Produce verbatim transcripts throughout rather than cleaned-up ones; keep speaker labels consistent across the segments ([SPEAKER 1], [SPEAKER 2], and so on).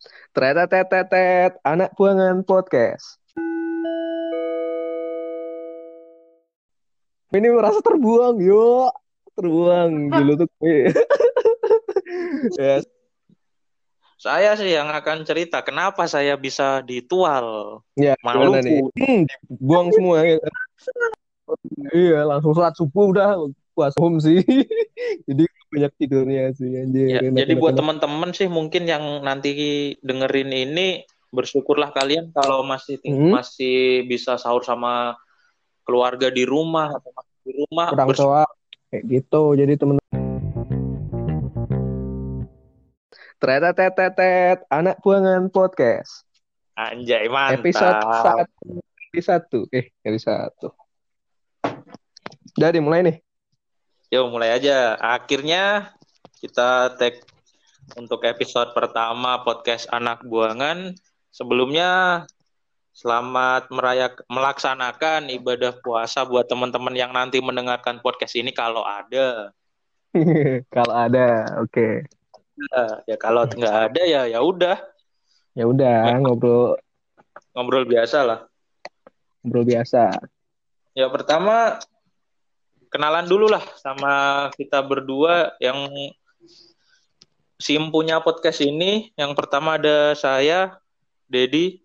[SPEAKER 1] Tretetetetet, anak buangan podcast. Ini merasa terbuang, yuk. Terbuang dulu tuh. Ya,
[SPEAKER 2] Saya sih yang akan cerita kenapa saya bisa ditual
[SPEAKER 1] ya gimana nih?
[SPEAKER 2] Maluku.
[SPEAKER 1] Hmm, dibuang semua ya. Iya, langsung sholat subuh udah puasa home sih. Jadi banyak tidurnya sih anjir,
[SPEAKER 2] Ya,
[SPEAKER 1] enak
[SPEAKER 2] jadi
[SPEAKER 1] enak
[SPEAKER 2] buat
[SPEAKER 1] enak.
[SPEAKER 2] teman-teman sih mungkin yang nanti dengerin ini bersyukurlah kalian kalau masih ting-
[SPEAKER 1] Hmm,
[SPEAKER 2] masih bisa sahur sama keluarga di rumah atau masih di rumah
[SPEAKER 1] orang
[SPEAKER 2] bers
[SPEAKER 1] tua kayak gitu. Jadi temen Tretetetetet, anak buangan podcast.
[SPEAKER 2] Anjay
[SPEAKER 1] Episode
[SPEAKER 2] mantap.
[SPEAKER 1] satu, episode satu. Eh, episode satu. Jadi mulai nih.
[SPEAKER 2] Yuk mulai aja. Akhirnya kita tag untuk episode pertama podcast anak buangan. Sebelumnya selamat merayak melaksanakan ibadah puasa buat teman-teman yang nanti mendengarkan podcast ini kalau ada.
[SPEAKER 1] Kalau ada, oke.
[SPEAKER 2] Eh, ya kalau nggak ada ya ya udah
[SPEAKER 1] Ya udah ngobrol
[SPEAKER 2] ngobrol biasa lah.
[SPEAKER 1] ngobrol biasa.
[SPEAKER 2] Ya pertama kenalan dulu lah sama kita berdua yang sim punya podcast ini. Yang pertama ada saya, Dedi.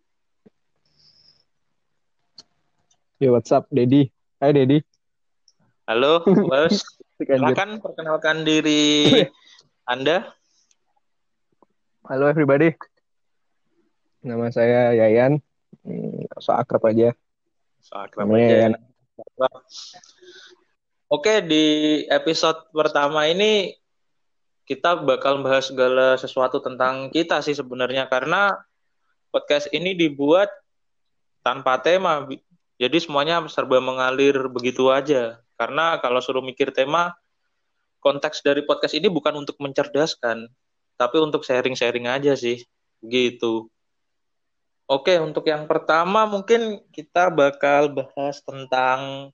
[SPEAKER 1] Di WhatsApp, Dedi. Hai Dedi.
[SPEAKER 2] Halo, Bos.
[SPEAKER 1] Asik, anjir.
[SPEAKER 2] Silakan perkenalkan diri Anda.
[SPEAKER 1] Halo everybody. Nama saya Yayan. Hmm, so akrab aja.
[SPEAKER 2] So, akrab
[SPEAKER 1] Namanya
[SPEAKER 2] aja
[SPEAKER 1] Yayan.
[SPEAKER 2] ya. Oke, di episode pertama ini kita bakal bahas segala sesuatu tentang kita sih sebenarnya karena podcast ini dibuat tanpa tema. Jadi semuanya serba mengalir begitu aja. Karena kalau suruh mikir tema, konteks dari podcast ini bukan untuk mencerdaskan, tapi untuk sharing-sharing aja sih. Gitu. Oke, untuk yang pertama mungkin kita bakal bahas tentang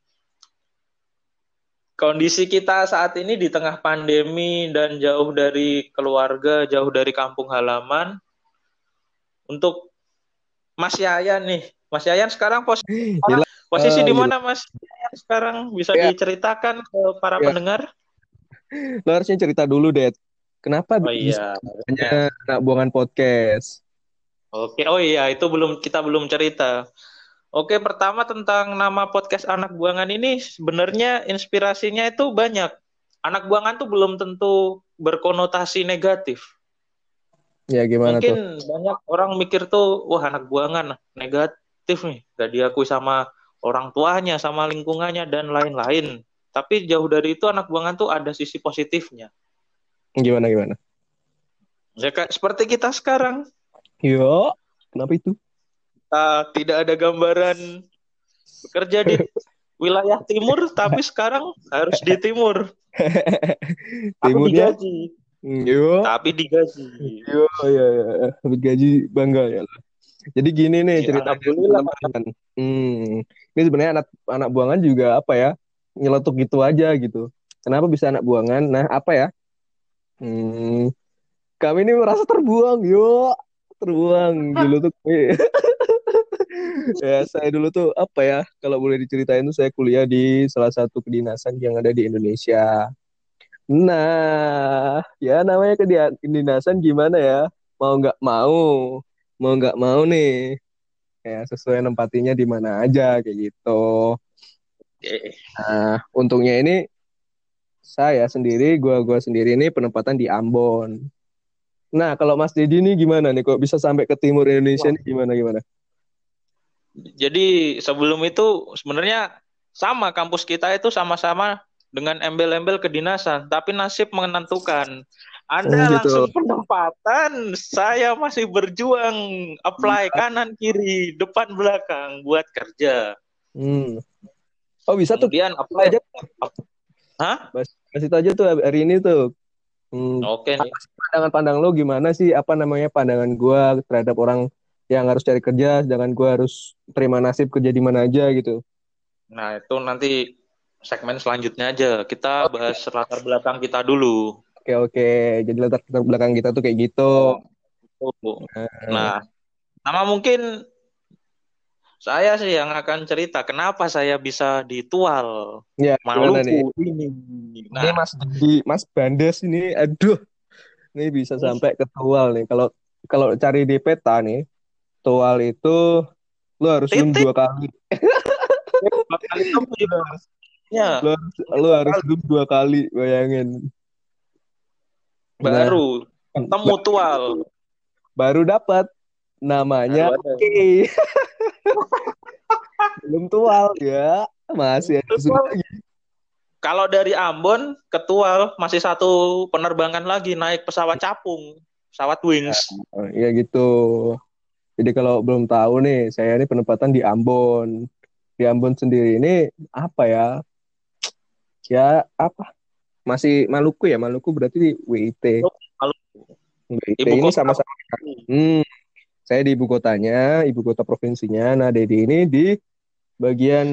[SPEAKER 2] kondisi kita saat ini di tengah pandemi dan jauh dari keluarga, jauh dari kampung halaman. Untuk Mas Yayan nih. Mas Yayan sekarang pos
[SPEAKER 1] Gila.
[SPEAKER 2] posisi
[SPEAKER 1] Oh,
[SPEAKER 2] di
[SPEAKER 1] gila.
[SPEAKER 2] mana Mas Yayan sekarang? Bisa
[SPEAKER 1] Ya,
[SPEAKER 2] diceritakan ke para
[SPEAKER 1] ya.
[SPEAKER 2] pendengar?
[SPEAKER 1] Lo harusnya cerita dulu, Dad. Kenapa
[SPEAKER 2] Oh
[SPEAKER 1] bisa
[SPEAKER 2] iya, harusnya.
[SPEAKER 1] namanya anak buangan podcast?
[SPEAKER 2] Oke, oh iya, itu belum kita belum cerita. Oke, pertama tentang nama podcast anak buangan ini sebenarnya inspirasinya itu banyak. Anak buangan tuh belum tentu berkonotasi negatif.
[SPEAKER 1] Ya gimana tuh?
[SPEAKER 2] Mungkin banyak orang mikir tuh, wah anak buangan negatif nih, gak diakui sama orang tuanya, sama lingkungannya dan lain-lain. Tapi jauh dari itu anak buangan tuh ada sisi positifnya.
[SPEAKER 1] Gimana gimana?
[SPEAKER 2] Ya, kayak seperti kita sekarang,
[SPEAKER 1] Yo, kenapa itu?
[SPEAKER 2] kita tidak ada gambaran bekerja di wilayah timur, tapi sekarang harus di timur, tapi
[SPEAKER 1] Timurnya?
[SPEAKER 2] digaji,
[SPEAKER 1] Yo,
[SPEAKER 2] tapi digaji.
[SPEAKER 1] yo, ya, ya. Habis gaji bangga ya. Jadi gini nih
[SPEAKER 2] Ya,
[SPEAKER 1] ceritanya
[SPEAKER 2] alhamdulillah.
[SPEAKER 1] teman-teman. Hmm, ini sebenarnya anak anak buangan juga apa ya nyeletuk gitu aja gitu. Kenapa bisa anak buangan? Nah apa ya? Hmm, kami ini merasa terbuang, yuk terbuang dulu tuh. Ya saya dulu tuh apa ya? Kalau boleh diceritain tuh saya kuliah di salah satu kedinasan yang ada di Indonesia. Nah, ya namanya kedia- kedinasan gimana ya? Mau nggak mau, mau nggak mau nih. Ya sesuai nempatinya di mana aja kayak gitu.
[SPEAKER 2] Oke.
[SPEAKER 1] Nah, untungnya ini saya sendiri, gua gua sendiri ini penempatan di Ambon. Nah, kalau Mas Dedi ini gimana nih? Kok bisa sampai ke timur Indonesia
[SPEAKER 2] Wah,
[SPEAKER 1] nih gimana gimana?
[SPEAKER 2] jadi sebelum itu sebenarnya sama kampus kita itu sama-sama dengan embel-embel kedinasan, tapi nasib menentukan.
[SPEAKER 1] Hmm,
[SPEAKER 2] Anda
[SPEAKER 1] gitu.
[SPEAKER 2] langsung penempatan, saya masih berjuang apply kanan kiri depan belakang buat kerja.
[SPEAKER 1] Hmm. Oh bisa tuh
[SPEAKER 2] Kemudian
[SPEAKER 1] kita
[SPEAKER 2] apply,
[SPEAKER 1] aja,
[SPEAKER 2] ap- hah?
[SPEAKER 1] Mas. Kasih tahu aja tuh hari ini tuh. Hmm.
[SPEAKER 2] Oke nih.
[SPEAKER 1] Apa sih pandangan-pandang lo gimana sih? Apa namanya pandangan gua terhadap orang yang harus cari kerja, sedangkan gua harus terima nasib kerja di mana aja gitu.
[SPEAKER 2] Nah itu nanti segmen selanjutnya aja. Kita bahas latar belakang kita dulu.
[SPEAKER 1] Oke oke. Jadi latar latar belakang kita tuh kayak gitu.
[SPEAKER 2] Oh.
[SPEAKER 1] Nah,
[SPEAKER 2] Nah, sama mungkin saya sih yang akan cerita kenapa saya bisa ditual
[SPEAKER 1] ya gimana nih?
[SPEAKER 2] Maluku ini.
[SPEAKER 1] Ini
[SPEAKER 2] Nah,
[SPEAKER 1] Mas di Mas Bandes ini, aduh, ini bisa sampai ke Tual nih. Kalau kalau cari di peta nih, Tual itu lu harus zoom
[SPEAKER 2] titik
[SPEAKER 1] dua kali.
[SPEAKER 2] bakal itu
[SPEAKER 1] Lu harus,
[SPEAKER 2] ya
[SPEAKER 1] lu harus, lu
[SPEAKER 2] dua
[SPEAKER 1] harus
[SPEAKER 2] kali
[SPEAKER 1] zoom dua kali, bayangin. Nah,
[SPEAKER 2] baru ketemu
[SPEAKER 1] ba-
[SPEAKER 2] tual.
[SPEAKER 1] baru dapat namanya.
[SPEAKER 2] Baru ada.
[SPEAKER 1] Oke, belum Tual ya, masih ada zoom
[SPEAKER 2] Tual.
[SPEAKER 1] lagi.
[SPEAKER 2] Kalau dari Ambon ke Tual masih satu penerbangan lagi naik pesawat capung, pesawat Wings.
[SPEAKER 1] Oh, ya gitu. Jadi kalau belum tahu nih, saya ini penempatan di Ambon. Di Ambon sendiri ini apa ya? Ya apa? Masih Maluku ya? Maluku berarti W I T.
[SPEAKER 2] Maluku.
[SPEAKER 1] W I T
[SPEAKER 2] Ibu
[SPEAKER 1] ini
[SPEAKER 2] kota.
[SPEAKER 1] sama-sama. Hmm, saya di ibu kotanya, ibu kota provinsinya. Nah, Dedi ini di bagian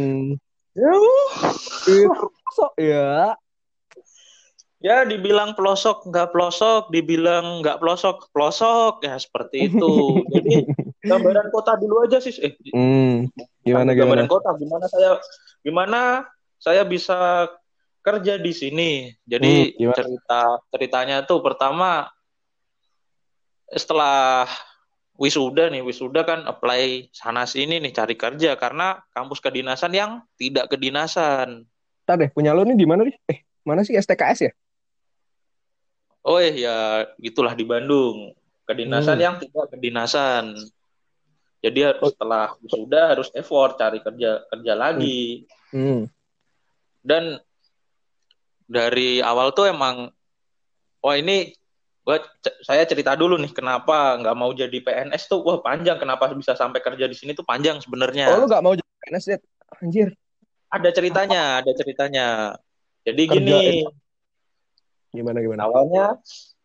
[SPEAKER 1] di pelosok ya.
[SPEAKER 2] Ya, dibilang pelosok nggak pelosok, dibilang nggak pelosok pelosok, ya seperti itu. Jadi gambaran kota dulu aja sih. Eh,
[SPEAKER 1] Hmm,
[SPEAKER 2] bukan
[SPEAKER 1] gimana
[SPEAKER 2] gambaran
[SPEAKER 1] gimana?
[SPEAKER 2] kota. Gimana saya, gimana saya bisa kerja di sini.
[SPEAKER 1] Hmm,
[SPEAKER 2] Jadi
[SPEAKER 1] gimana?
[SPEAKER 2] cerita ceritanya tuh pertama setelah wisuda nih, wisuda kan apply sana sini nih cari kerja karena kampus kedinasan yang tidak kedinasan.
[SPEAKER 1] Ntar deh, punya lo nih di mana nih? Eh, mana sih S T K S ya?
[SPEAKER 2] Oh eh, ya gitulah di Bandung. Kedinasan
[SPEAKER 1] Hmm.
[SPEAKER 2] yang tidak kedinasan. Jadi
[SPEAKER 1] Oh,
[SPEAKER 2] setelah wisuda harus effort cari kerja kerja
[SPEAKER 1] hmm.
[SPEAKER 2] lagi.
[SPEAKER 1] Hmm.
[SPEAKER 2] Dan dari awal tuh emang, wah ini buat saya cerita dulu nih kenapa nggak mau jadi P N S tuh, wah panjang kenapa bisa sampai kerja di sini tuh panjang
[SPEAKER 1] Oh, lu
[SPEAKER 2] sebenarnya.
[SPEAKER 1] gak mau jadi P N S, Ded? Anjir,
[SPEAKER 2] Ada ceritanya, ada ceritanya. Jadi
[SPEAKER 1] kerja
[SPEAKER 2] gini,
[SPEAKER 1] itu gimana gimana?
[SPEAKER 2] awalnya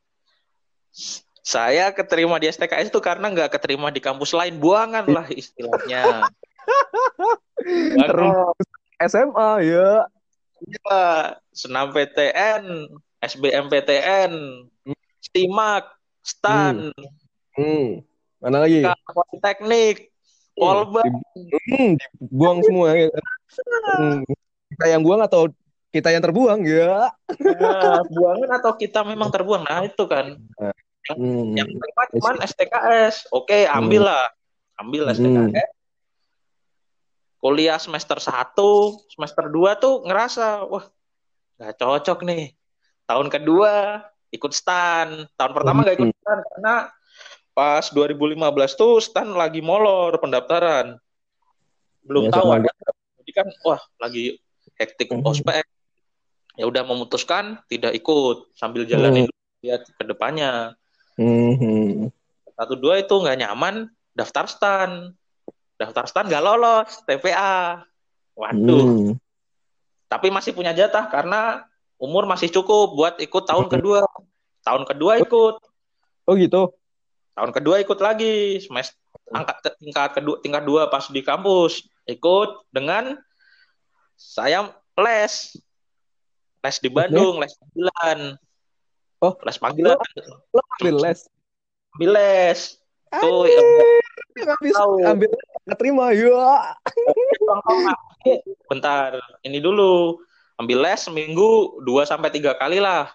[SPEAKER 2] saya keterima di S T K S itu karena nggak keterima di kampus lain, buangan lah istilahnya. Buangan.
[SPEAKER 1] Rumus S M A ya.
[SPEAKER 2] Ya, Senam P T N, S B M P T N, STIMAK,
[SPEAKER 1] Hmm.
[SPEAKER 2] STAN,
[SPEAKER 1] Hmm. Mana lagi?
[SPEAKER 2] Politeknik,
[SPEAKER 1] Hmm.
[SPEAKER 2] Polban.
[SPEAKER 1] Di- hmm, dibuang semua ya. Hmm. Kita yang buang atau kita yang terbuang ya?
[SPEAKER 2] Nah, buangan atau kita memang terbuang? Nah, itu kan.
[SPEAKER 1] Nah,
[SPEAKER 2] Yang, yang
[SPEAKER 1] hmm.
[SPEAKER 2] terima
[SPEAKER 1] I
[SPEAKER 2] cuman
[SPEAKER 1] see.
[SPEAKER 2] S T K S. Oke,
[SPEAKER 1] Hmm.
[SPEAKER 2] ambil lah. Ambil
[SPEAKER 1] Hmm.
[SPEAKER 2] S T K S. Kuliah semester satu, semester dua tuh ngerasa, wah, nggak cocok nih. Tahun kedua ikut STAN. Tahun pertama nggak ikut
[SPEAKER 1] Hmm.
[SPEAKER 2] STAN karena pas dua ribu lima belas tuh STAN lagi molor pendaftaran. Belum
[SPEAKER 1] Ya
[SPEAKER 2] tahu
[SPEAKER 1] sama
[SPEAKER 2] ada.
[SPEAKER 1] aja.
[SPEAKER 2] Jadi kan, wah, lagi hektik
[SPEAKER 1] Hmm.
[SPEAKER 2] ospek. Ya udah memutuskan tidak ikut sambil
[SPEAKER 1] Hmm.
[SPEAKER 2] jalanin dulu lihat ke depannya.
[SPEAKER 1] Hmm.
[SPEAKER 2] Satu dua itu nggak nyaman, daftar STAN. Daftar STAN nggak lolos, T P A. Waduh,
[SPEAKER 1] Hmm.
[SPEAKER 2] tapi masih punya jatah karena umur masih cukup buat ikut tahun
[SPEAKER 1] Hmm.
[SPEAKER 2] kedua. Tahun kedua ikut,
[SPEAKER 1] Oh gitu.
[SPEAKER 2] tahun kedua ikut lagi, semester angkat tingkat kedua, tingkat dua pas di kampus ikut dengan saya les, les di
[SPEAKER 1] Maksudnya?
[SPEAKER 2] Bandung, les panggilan,
[SPEAKER 1] Oh,
[SPEAKER 2] les
[SPEAKER 1] lo,
[SPEAKER 2] panggilan,
[SPEAKER 1] lo ambil les.
[SPEAKER 2] ambil les. Tuh yang
[SPEAKER 1] Anjir, habis
[SPEAKER 2] tahu.
[SPEAKER 1] ambil nggak terima ya.
[SPEAKER 2] Bentar, ini dulu. Ambil les seminggu dua sampai tiga kali lah.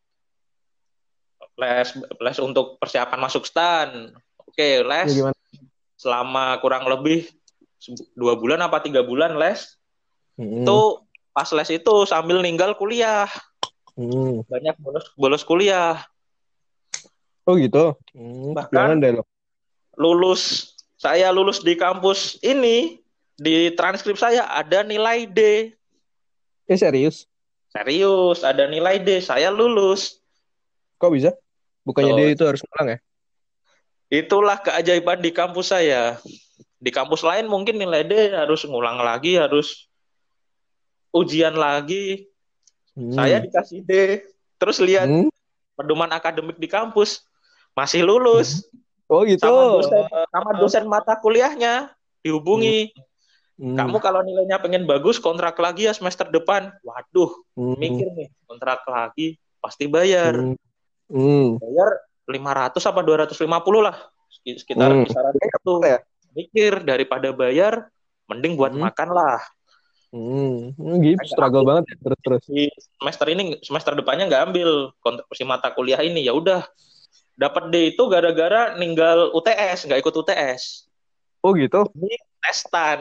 [SPEAKER 2] Les les untuk persiapan masuk STAN. Oke,
[SPEAKER 1] Ya
[SPEAKER 2] les
[SPEAKER 1] gimana?
[SPEAKER 2] selama kurang lebih dua bulan apa tiga bulan les.
[SPEAKER 1] Hmm.
[SPEAKER 2] Itu pas les itu sambil ninggal kuliah.
[SPEAKER 1] Hmm.
[SPEAKER 2] Banyak bolos bolos kuliah.
[SPEAKER 1] Oh gitu. Hmm. Jangan
[SPEAKER 2] Bahkan
[SPEAKER 1] deh lo.
[SPEAKER 2] lulus saya lulus di kampus ini, di transkrip saya ada nilai D.
[SPEAKER 1] Eh serius?
[SPEAKER 2] Serius, ada nilai D. Saya lulus.
[SPEAKER 1] Kok bisa? Bukannya dia
[SPEAKER 2] Tuh,
[SPEAKER 1] itu harus pulang ya?
[SPEAKER 2] itulah keajaiban di kampus saya. Di kampus lain mungkin nilai D harus ngulang lagi, harus ujian lagi. Saya
[SPEAKER 1] Hmm.
[SPEAKER 2] dikasih D. Terus lihat
[SPEAKER 1] Hmm.
[SPEAKER 2] pedoman akademik di kampus, masih
[SPEAKER 1] Hmm.
[SPEAKER 2] lulus.
[SPEAKER 1] Oh gitu.
[SPEAKER 2] Sama dosen, sama dosen mata kuliahnya
[SPEAKER 1] Hmm.
[SPEAKER 2] dihubungi.
[SPEAKER 1] Hmm.
[SPEAKER 2] Kamu kalau nilainya pengen bagus, kontrak lagi ya semester depan. Waduh,
[SPEAKER 1] Hmm.
[SPEAKER 2] mikir nih, kontrak lagi, pasti bayar.
[SPEAKER 1] Hmm. Hmm.
[SPEAKER 2] Bayar lima ratus apa dua ratus lima puluh lah, sekitar
[SPEAKER 1] Hmm.
[SPEAKER 2] kisaran
[SPEAKER 1] Ini nggak
[SPEAKER 2] itu.
[SPEAKER 1] apa-apa ya?
[SPEAKER 2] Mikir daripada bayar, mending buat
[SPEAKER 1] Hmm.
[SPEAKER 2] makan lah.
[SPEAKER 1] Hmm. Hmm, gitu
[SPEAKER 2] Saya nggak
[SPEAKER 1] struggle
[SPEAKER 2] ambil
[SPEAKER 1] banget ya terus terus.
[SPEAKER 2] di semester ini, semester depannya nggak ambil kont- si mata kuliah ini. Ya udah, dapat D itu gara-gara ninggal U T S, nggak ikut U T S.
[SPEAKER 1] Oh gitu.
[SPEAKER 2] Ini testan.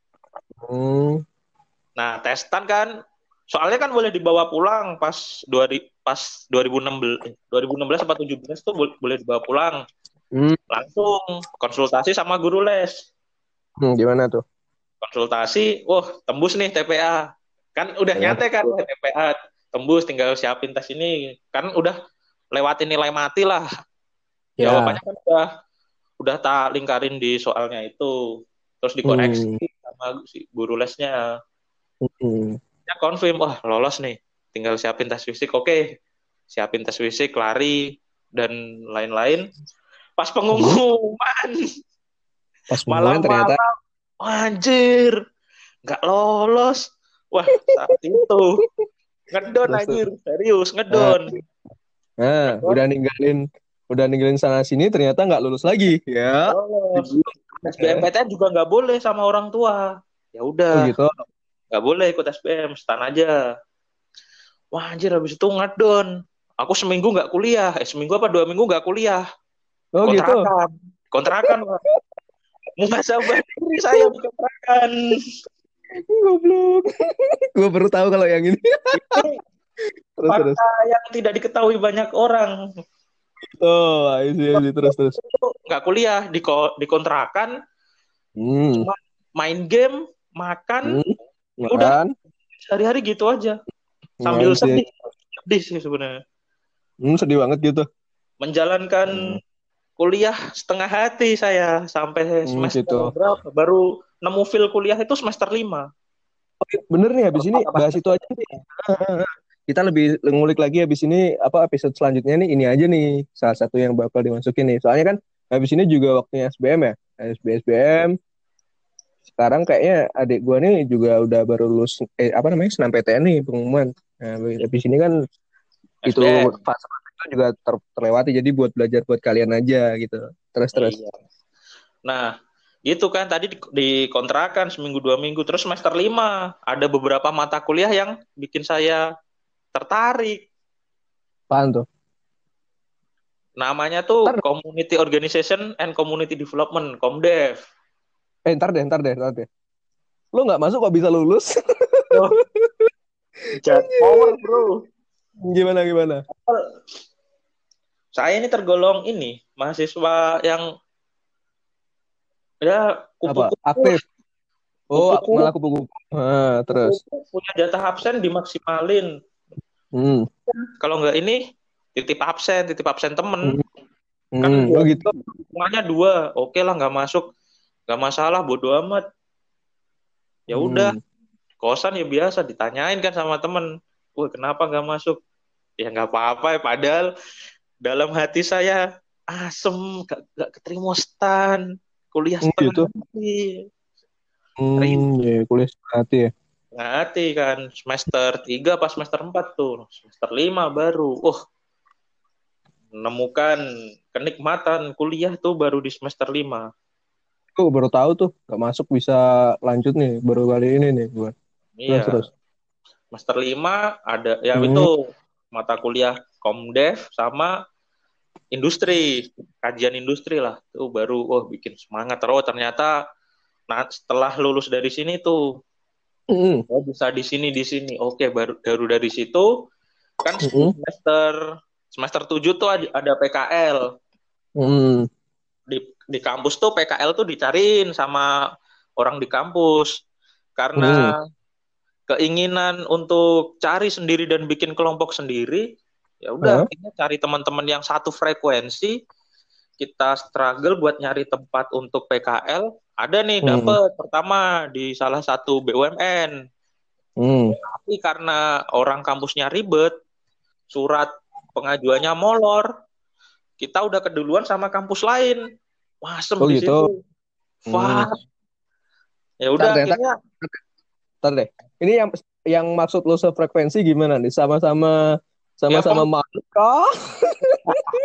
[SPEAKER 1] Hmm.
[SPEAKER 2] Nah, testan kan, soalnya kan boleh dibawa pulang pas dua ri- pas dua ribu enam belas dua ribu enam belas atau tujuh belas tuh boleh, boleh dibawa pulang.
[SPEAKER 1] Hmm.
[SPEAKER 2] Langsung konsultasi sama guru les.
[SPEAKER 1] Hmm, gimana tuh?
[SPEAKER 2] Konsultasi, wah tembus nih T P A. Kan udah
[SPEAKER 1] Ya.
[SPEAKER 2] nyate kan T P A tembus, tinggal siapin tes ini. Kan udah lewatin nilai mati lah.
[SPEAKER 1] Ya.
[SPEAKER 2] Jawabannya kan udah udah tak lingkarin di soalnya itu. Terus dikoreksi
[SPEAKER 1] Hmm.
[SPEAKER 2] sama si guru lesnya.
[SPEAKER 1] Hmm.
[SPEAKER 2] Ya konfirm, wah lolos nih. Tinggal siapin tes fisik, oke. Siapin tes fisik, lari, dan lain-lain. Pas
[SPEAKER 1] Hmm.
[SPEAKER 2] pengumuman,
[SPEAKER 1] Pas pengumuman ternyata.
[SPEAKER 2] malam-malam, anjir, nggak lolos. Wah, saat itu ngedon
[SPEAKER 1] Terus tuh.
[SPEAKER 2] anjir, serius
[SPEAKER 1] Nah,
[SPEAKER 2] ngedon.
[SPEAKER 1] nah,
[SPEAKER 2] Ngedon,
[SPEAKER 1] udah ninggalin, udah ninggalin sana sini ternyata nggak lulus lagi.
[SPEAKER 2] nggak
[SPEAKER 1] Ya.
[SPEAKER 2] lolos.
[SPEAKER 1] Digulung. Ya.
[SPEAKER 2] S B M P T N juga nggak boleh sama orang tua. Ya
[SPEAKER 1] Oh
[SPEAKER 2] udah,
[SPEAKER 1] gitu.
[SPEAKER 2] nggak boleh ikut S B M, stan aja. Wah anjir, habis itu ngedon. Aku seminggu nggak kuliah, eh seminggu apa dua minggu nggak kuliah.
[SPEAKER 1] Oh gitu.
[SPEAKER 2] Kontrakan, kontrakan, Pak. Muhasabah diri saya di kontrakan.
[SPEAKER 1] Goblok. Gue baru tahu kalau yang ini.
[SPEAKER 2] Itu
[SPEAKER 1] Terus terus.
[SPEAKER 2] fakta yang tidak diketahui banyak orang.
[SPEAKER 1] Oh, I see, I see. Terus terus.
[SPEAKER 2] Itu nggak kuliah di ko- di kontrakan,
[SPEAKER 1] Hmm.
[SPEAKER 2] cuma main game, makan,
[SPEAKER 1] Hmm.
[SPEAKER 2] ya udah
[SPEAKER 1] Makan.
[SPEAKER 2] sehari-hari gitu aja. Sambil
[SPEAKER 1] I see.
[SPEAKER 2] sedih, sedih sih sebenarnya.
[SPEAKER 1] Hmm, sedih banget gitu.
[SPEAKER 2] Menjalankan
[SPEAKER 1] Hmm.
[SPEAKER 2] kuliah setengah hati saya sampai
[SPEAKER 1] Hmm,
[SPEAKER 2] semester
[SPEAKER 1] gitu.
[SPEAKER 2] berapa? Baru nemu feel kuliah itu semester lima.
[SPEAKER 1] Oke, bener nih habis ini
[SPEAKER 2] Apa-apa.
[SPEAKER 1] bahas itu aja nih. Kita lebih ngulik lagi habis ini apa episode selanjutnya nih ini aja nih salah satu yang bakal dimasukin nih. Soalnya kan habis ini juga waktunya S B M ya. S B S B M. Sekarang kayaknya adik gua nih juga udah baru lulus eh apa namanya senam P T N nih pengumuman. Nah, habis ini kan itu
[SPEAKER 2] S B M.
[SPEAKER 1] fase itu juga ter- terlewati jadi buat belajar buat kalian aja gitu. Terus terus.
[SPEAKER 2] Iya. Nah, gitu kan tadi di, di kontrakan seminggu dua minggu terus semester lima ada beberapa mata kuliah yang bikin saya tertarik.
[SPEAKER 1] Apaan tuh?
[SPEAKER 2] Namanya tuh
[SPEAKER 1] Ntar,
[SPEAKER 2] Community Organization and Community Development, Komdev.
[SPEAKER 1] eh, ntar deh, ntar deh, ntar deh. Lu nggak masuk kok bisa lulus?
[SPEAKER 2] Oh, Cat power, bro.
[SPEAKER 1] Gimana gimana?
[SPEAKER 2] Saya ini tergolong ini mahasiswa yang ya
[SPEAKER 1] Apa?
[SPEAKER 2] kupu-kupu lah,
[SPEAKER 1] Aktif. Oh,
[SPEAKER 2] kupu-kupu
[SPEAKER 1] malah kupu-kupu. Ah, terus.
[SPEAKER 2] kupu-kupu punya jatah absen dimaksimalin.
[SPEAKER 1] Hmm.
[SPEAKER 2] Kalau nggak ini titip absen, titip absen temen.
[SPEAKER 1] Hmm.
[SPEAKER 2] Kan
[SPEAKER 1] Hmm.
[SPEAKER 2] dua,
[SPEAKER 1] Oh gitu.
[SPEAKER 2] semuanya dua. Oke lah nggak masuk, nggak masalah, bodo amat. Ya udah,
[SPEAKER 1] Hmm.
[SPEAKER 2] kosan ya biasa ditanyain kan sama temen. Wah kenapa nggak masuk? Ya nggak apa-apa ya. Padahal dalam hati saya asem, gak, gak keterima stan, kuliah
[SPEAKER 1] Hmm,
[SPEAKER 2] setengah
[SPEAKER 1] gitu.
[SPEAKER 2] hati. Serius,
[SPEAKER 1] Hmm, ya kuliah hati ya.
[SPEAKER 2] setengah hati kan. Semester tiga pas semester empat tuh. Semester lima baru. Oh, menemukan kenikmatan kuliah tuh baru di semester lima.
[SPEAKER 1] Aku baru tahu tuh gak masuk bisa lanjut nih baru kali ini nih gua. Terus terus.
[SPEAKER 2] Iya, semester lima ada ya
[SPEAKER 1] Hmm.
[SPEAKER 2] itu mata kuliah Komdev sama industri, kajian industri lah. Tuh baru oh bikin semangat terus ternyata nah setelah lulus dari sini tuh
[SPEAKER 1] Hmm.
[SPEAKER 2] oh bisa di sini di sini. Oke, baru baru dari situ kan
[SPEAKER 1] Hmm.
[SPEAKER 2] semester semester tujuh tuh ada, ada P K L.
[SPEAKER 1] Hmm.
[SPEAKER 2] Di di kampus tuh P K L tuh dicariin sama orang di kampus
[SPEAKER 1] Hmm.
[SPEAKER 2] karena keinginan untuk cari sendiri dan bikin kelompok sendiri, ya
[SPEAKER 1] Hah?
[SPEAKER 2] udah akhirnya cari teman-teman yang satu frekuensi, kita struggle buat nyari tempat untuk P K L, ada nih
[SPEAKER 1] Hmm.
[SPEAKER 2] dapet pertama di salah satu B U M N,
[SPEAKER 1] Hmm.
[SPEAKER 2] tapi karena orang kampusnya ribet, surat pengajuannya molor, kita udah keduluan sama kampus lain, masem
[SPEAKER 1] Oh
[SPEAKER 2] di
[SPEAKER 1] gitu.
[SPEAKER 2] situ,
[SPEAKER 1] Hmm.
[SPEAKER 2] wah, ya
[SPEAKER 1] Ntar
[SPEAKER 2] udah
[SPEAKER 1] deh, ntar,
[SPEAKER 2] akhirnya
[SPEAKER 1] ntar deh. Ini yang yang maksud lu sefrekuensi gimana nih? Sama-sama
[SPEAKER 2] ya
[SPEAKER 1] sama-sama
[SPEAKER 2] pem-
[SPEAKER 1] malu kah?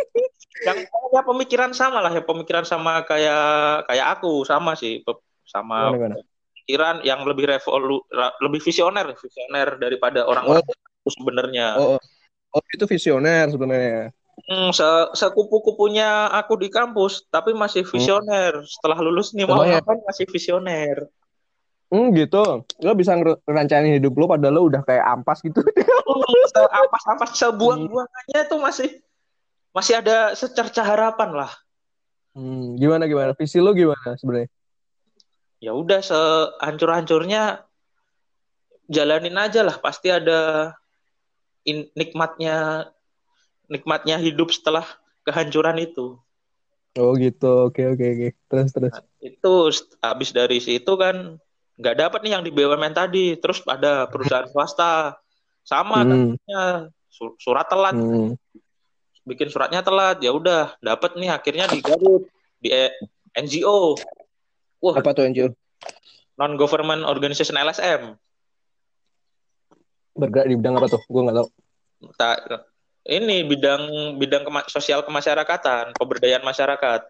[SPEAKER 2] Yang punya pemikiran sama lah, ya pemikiran sama kayak kayak aku sama sih, sama
[SPEAKER 1] Gimana gimana?
[SPEAKER 2] pikiran yang lebih revolu, lebih visioner, visioner daripada
[SPEAKER 1] Oh,
[SPEAKER 2] orang-orang itu sebenarnya.
[SPEAKER 1] oh, oh, oh, itu visioner sebenarnya.
[SPEAKER 2] Hmm, se- sekupu-kupunya aku di kampus, tapi masih
[SPEAKER 1] Hmm,
[SPEAKER 2] visioner. Setelah lulus nih mau
[SPEAKER 1] contohnya,
[SPEAKER 2] ngapain masih visioner.
[SPEAKER 1] hmm, gitu. Lo bisa ngerancangin hidup lo padahal lo udah kayak ampas gitu.
[SPEAKER 2] Hmm, seampas-ampas
[SPEAKER 1] Hmm,
[SPEAKER 2] sebuang-buangannya tuh masih masih ada secerca harapan lah.
[SPEAKER 1] hmm, gimana gimana? Visi lo gimana sebenarnya?
[SPEAKER 2] Ya udah sehancur-hancurnya jalanin aja lah, pasti ada in- nikmatnya nikmatnya hidup setelah kehancuran itu.
[SPEAKER 1] Oh gitu, oke oke oke. Terus terus.
[SPEAKER 2] Nah, itu habis dari situ kan nggak dapat nih yang di B U M N tadi, terus ada perusahaan swasta sama
[SPEAKER 1] Hmm,
[SPEAKER 2] kasusnya, Su- surat telat,
[SPEAKER 1] hmm.
[SPEAKER 2] bikin suratnya telat, ya udah dapat nih akhirnya di Garut di E- N G O, wah
[SPEAKER 1] Apa tuh Anjo?
[SPEAKER 2] non government organization L S M.
[SPEAKER 1] Bergerak di bidang apa tuh? Gue nggak tahu.
[SPEAKER 2] Tak, ini bidang bidang kema- sosial kemasyarakatan, pemberdayaan masyarakat.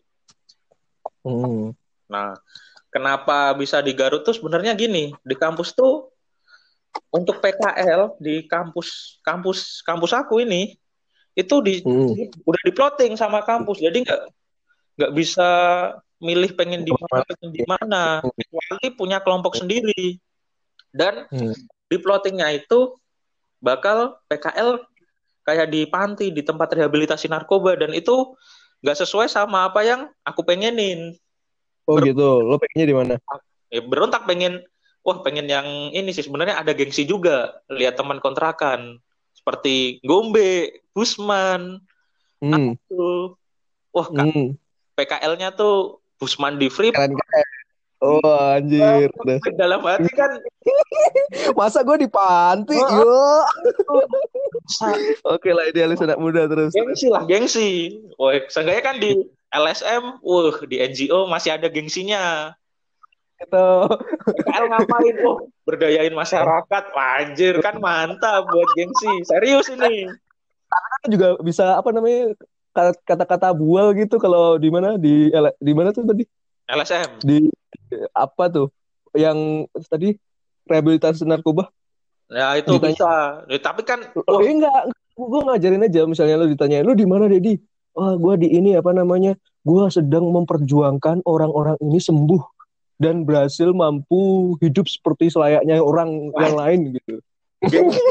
[SPEAKER 1] Hmm,
[SPEAKER 2] Nah, kenapa bisa di Garut tuh sebenarnya gini, di kampus tuh untuk P K L di kampus kampus kampus aku ini itu di,
[SPEAKER 1] hmm.
[SPEAKER 2] di- udah diplotting sama kampus, jadi nggak nggak bisa milih pengen di mana
[SPEAKER 1] Kemana?
[SPEAKER 2] pengen di mana, kecuali punya kelompok sendiri. Dan
[SPEAKER 1] Hmm.
[SPEAKER 2] di plottingnya itu bakal P K L kayak di panti, di tempat rehabilitasi narkoba, dan itu nggak sesuai sama apa yang aku pengenin.
[SPEAKER 1] Oh
[SPEAKER 2] Ber-
[SPEAKER 1] gitu. Lo pengennya di mana?
[SPEAKER 2] ya, berontak pengen, wah pengen yang ini sih, sebenarnya ada gengsi juga lihat teman kontrakan seperti Gombe, Busman,
[SPEAKER 1] Hmm,
[SPEAKER 2] aku, wah Kak,
[SPEAKER 1] hmm.
[SPEAKER 2] P K L-nya tuh Busman di Free.
[SPEAKER 1] Keren keren. Oh anjir. Terus.
[SPEAKER 2] Dalam hati kan,
[SPEAKER 1] Masa gue di panti?
[SPEAKER 2] oh,
[SPEAKER 1] Yo.
[SPEAKER 2] oh, sa-
[SPEAKER 1] Oke lah idealis anak muda terus terus.
[SPEAKER 2] gengsi lah, gengsi. Wah, seenggaknya kan di L S M, wah di N G O masih ada gengsinya.
[SPEAKER 1] Itu
[SPEAKER 2] P K L ngapain? Wah, berdayain masyarakat. Wajir kan mantap buat gengsi. Serius ini.
[SPEAKER 1] juga bisa apa namanya kata-kata bual gitu kalau di mana di L- di mana tuh tadi
[SPEAKER 2] L S M.
[SPEAKER 1] di apa tuh yang tadi rehabilitasi narkoba
[SPEAKER 2] Ya itu
[SPEAKER 1] ditanya
[SPEAKER 2] bisa. Ya, tapi kan,
[SPEAKER 1] oh,
[SPEAKER 2] wah,
[SPEAKER 1] eh enggak gue ngajarin aja misalnya lu ditanya lu di mana Dedi wah gue di ini apa namanya gue sedang memperjuangkan orang-orang ini sembuh dan berhasil mampu hidup seperti selayaknya orang yang
[SPEAKER 2] wah,
[SPEAKER 1] lain gitu
[SPEAKER 2] gengsi.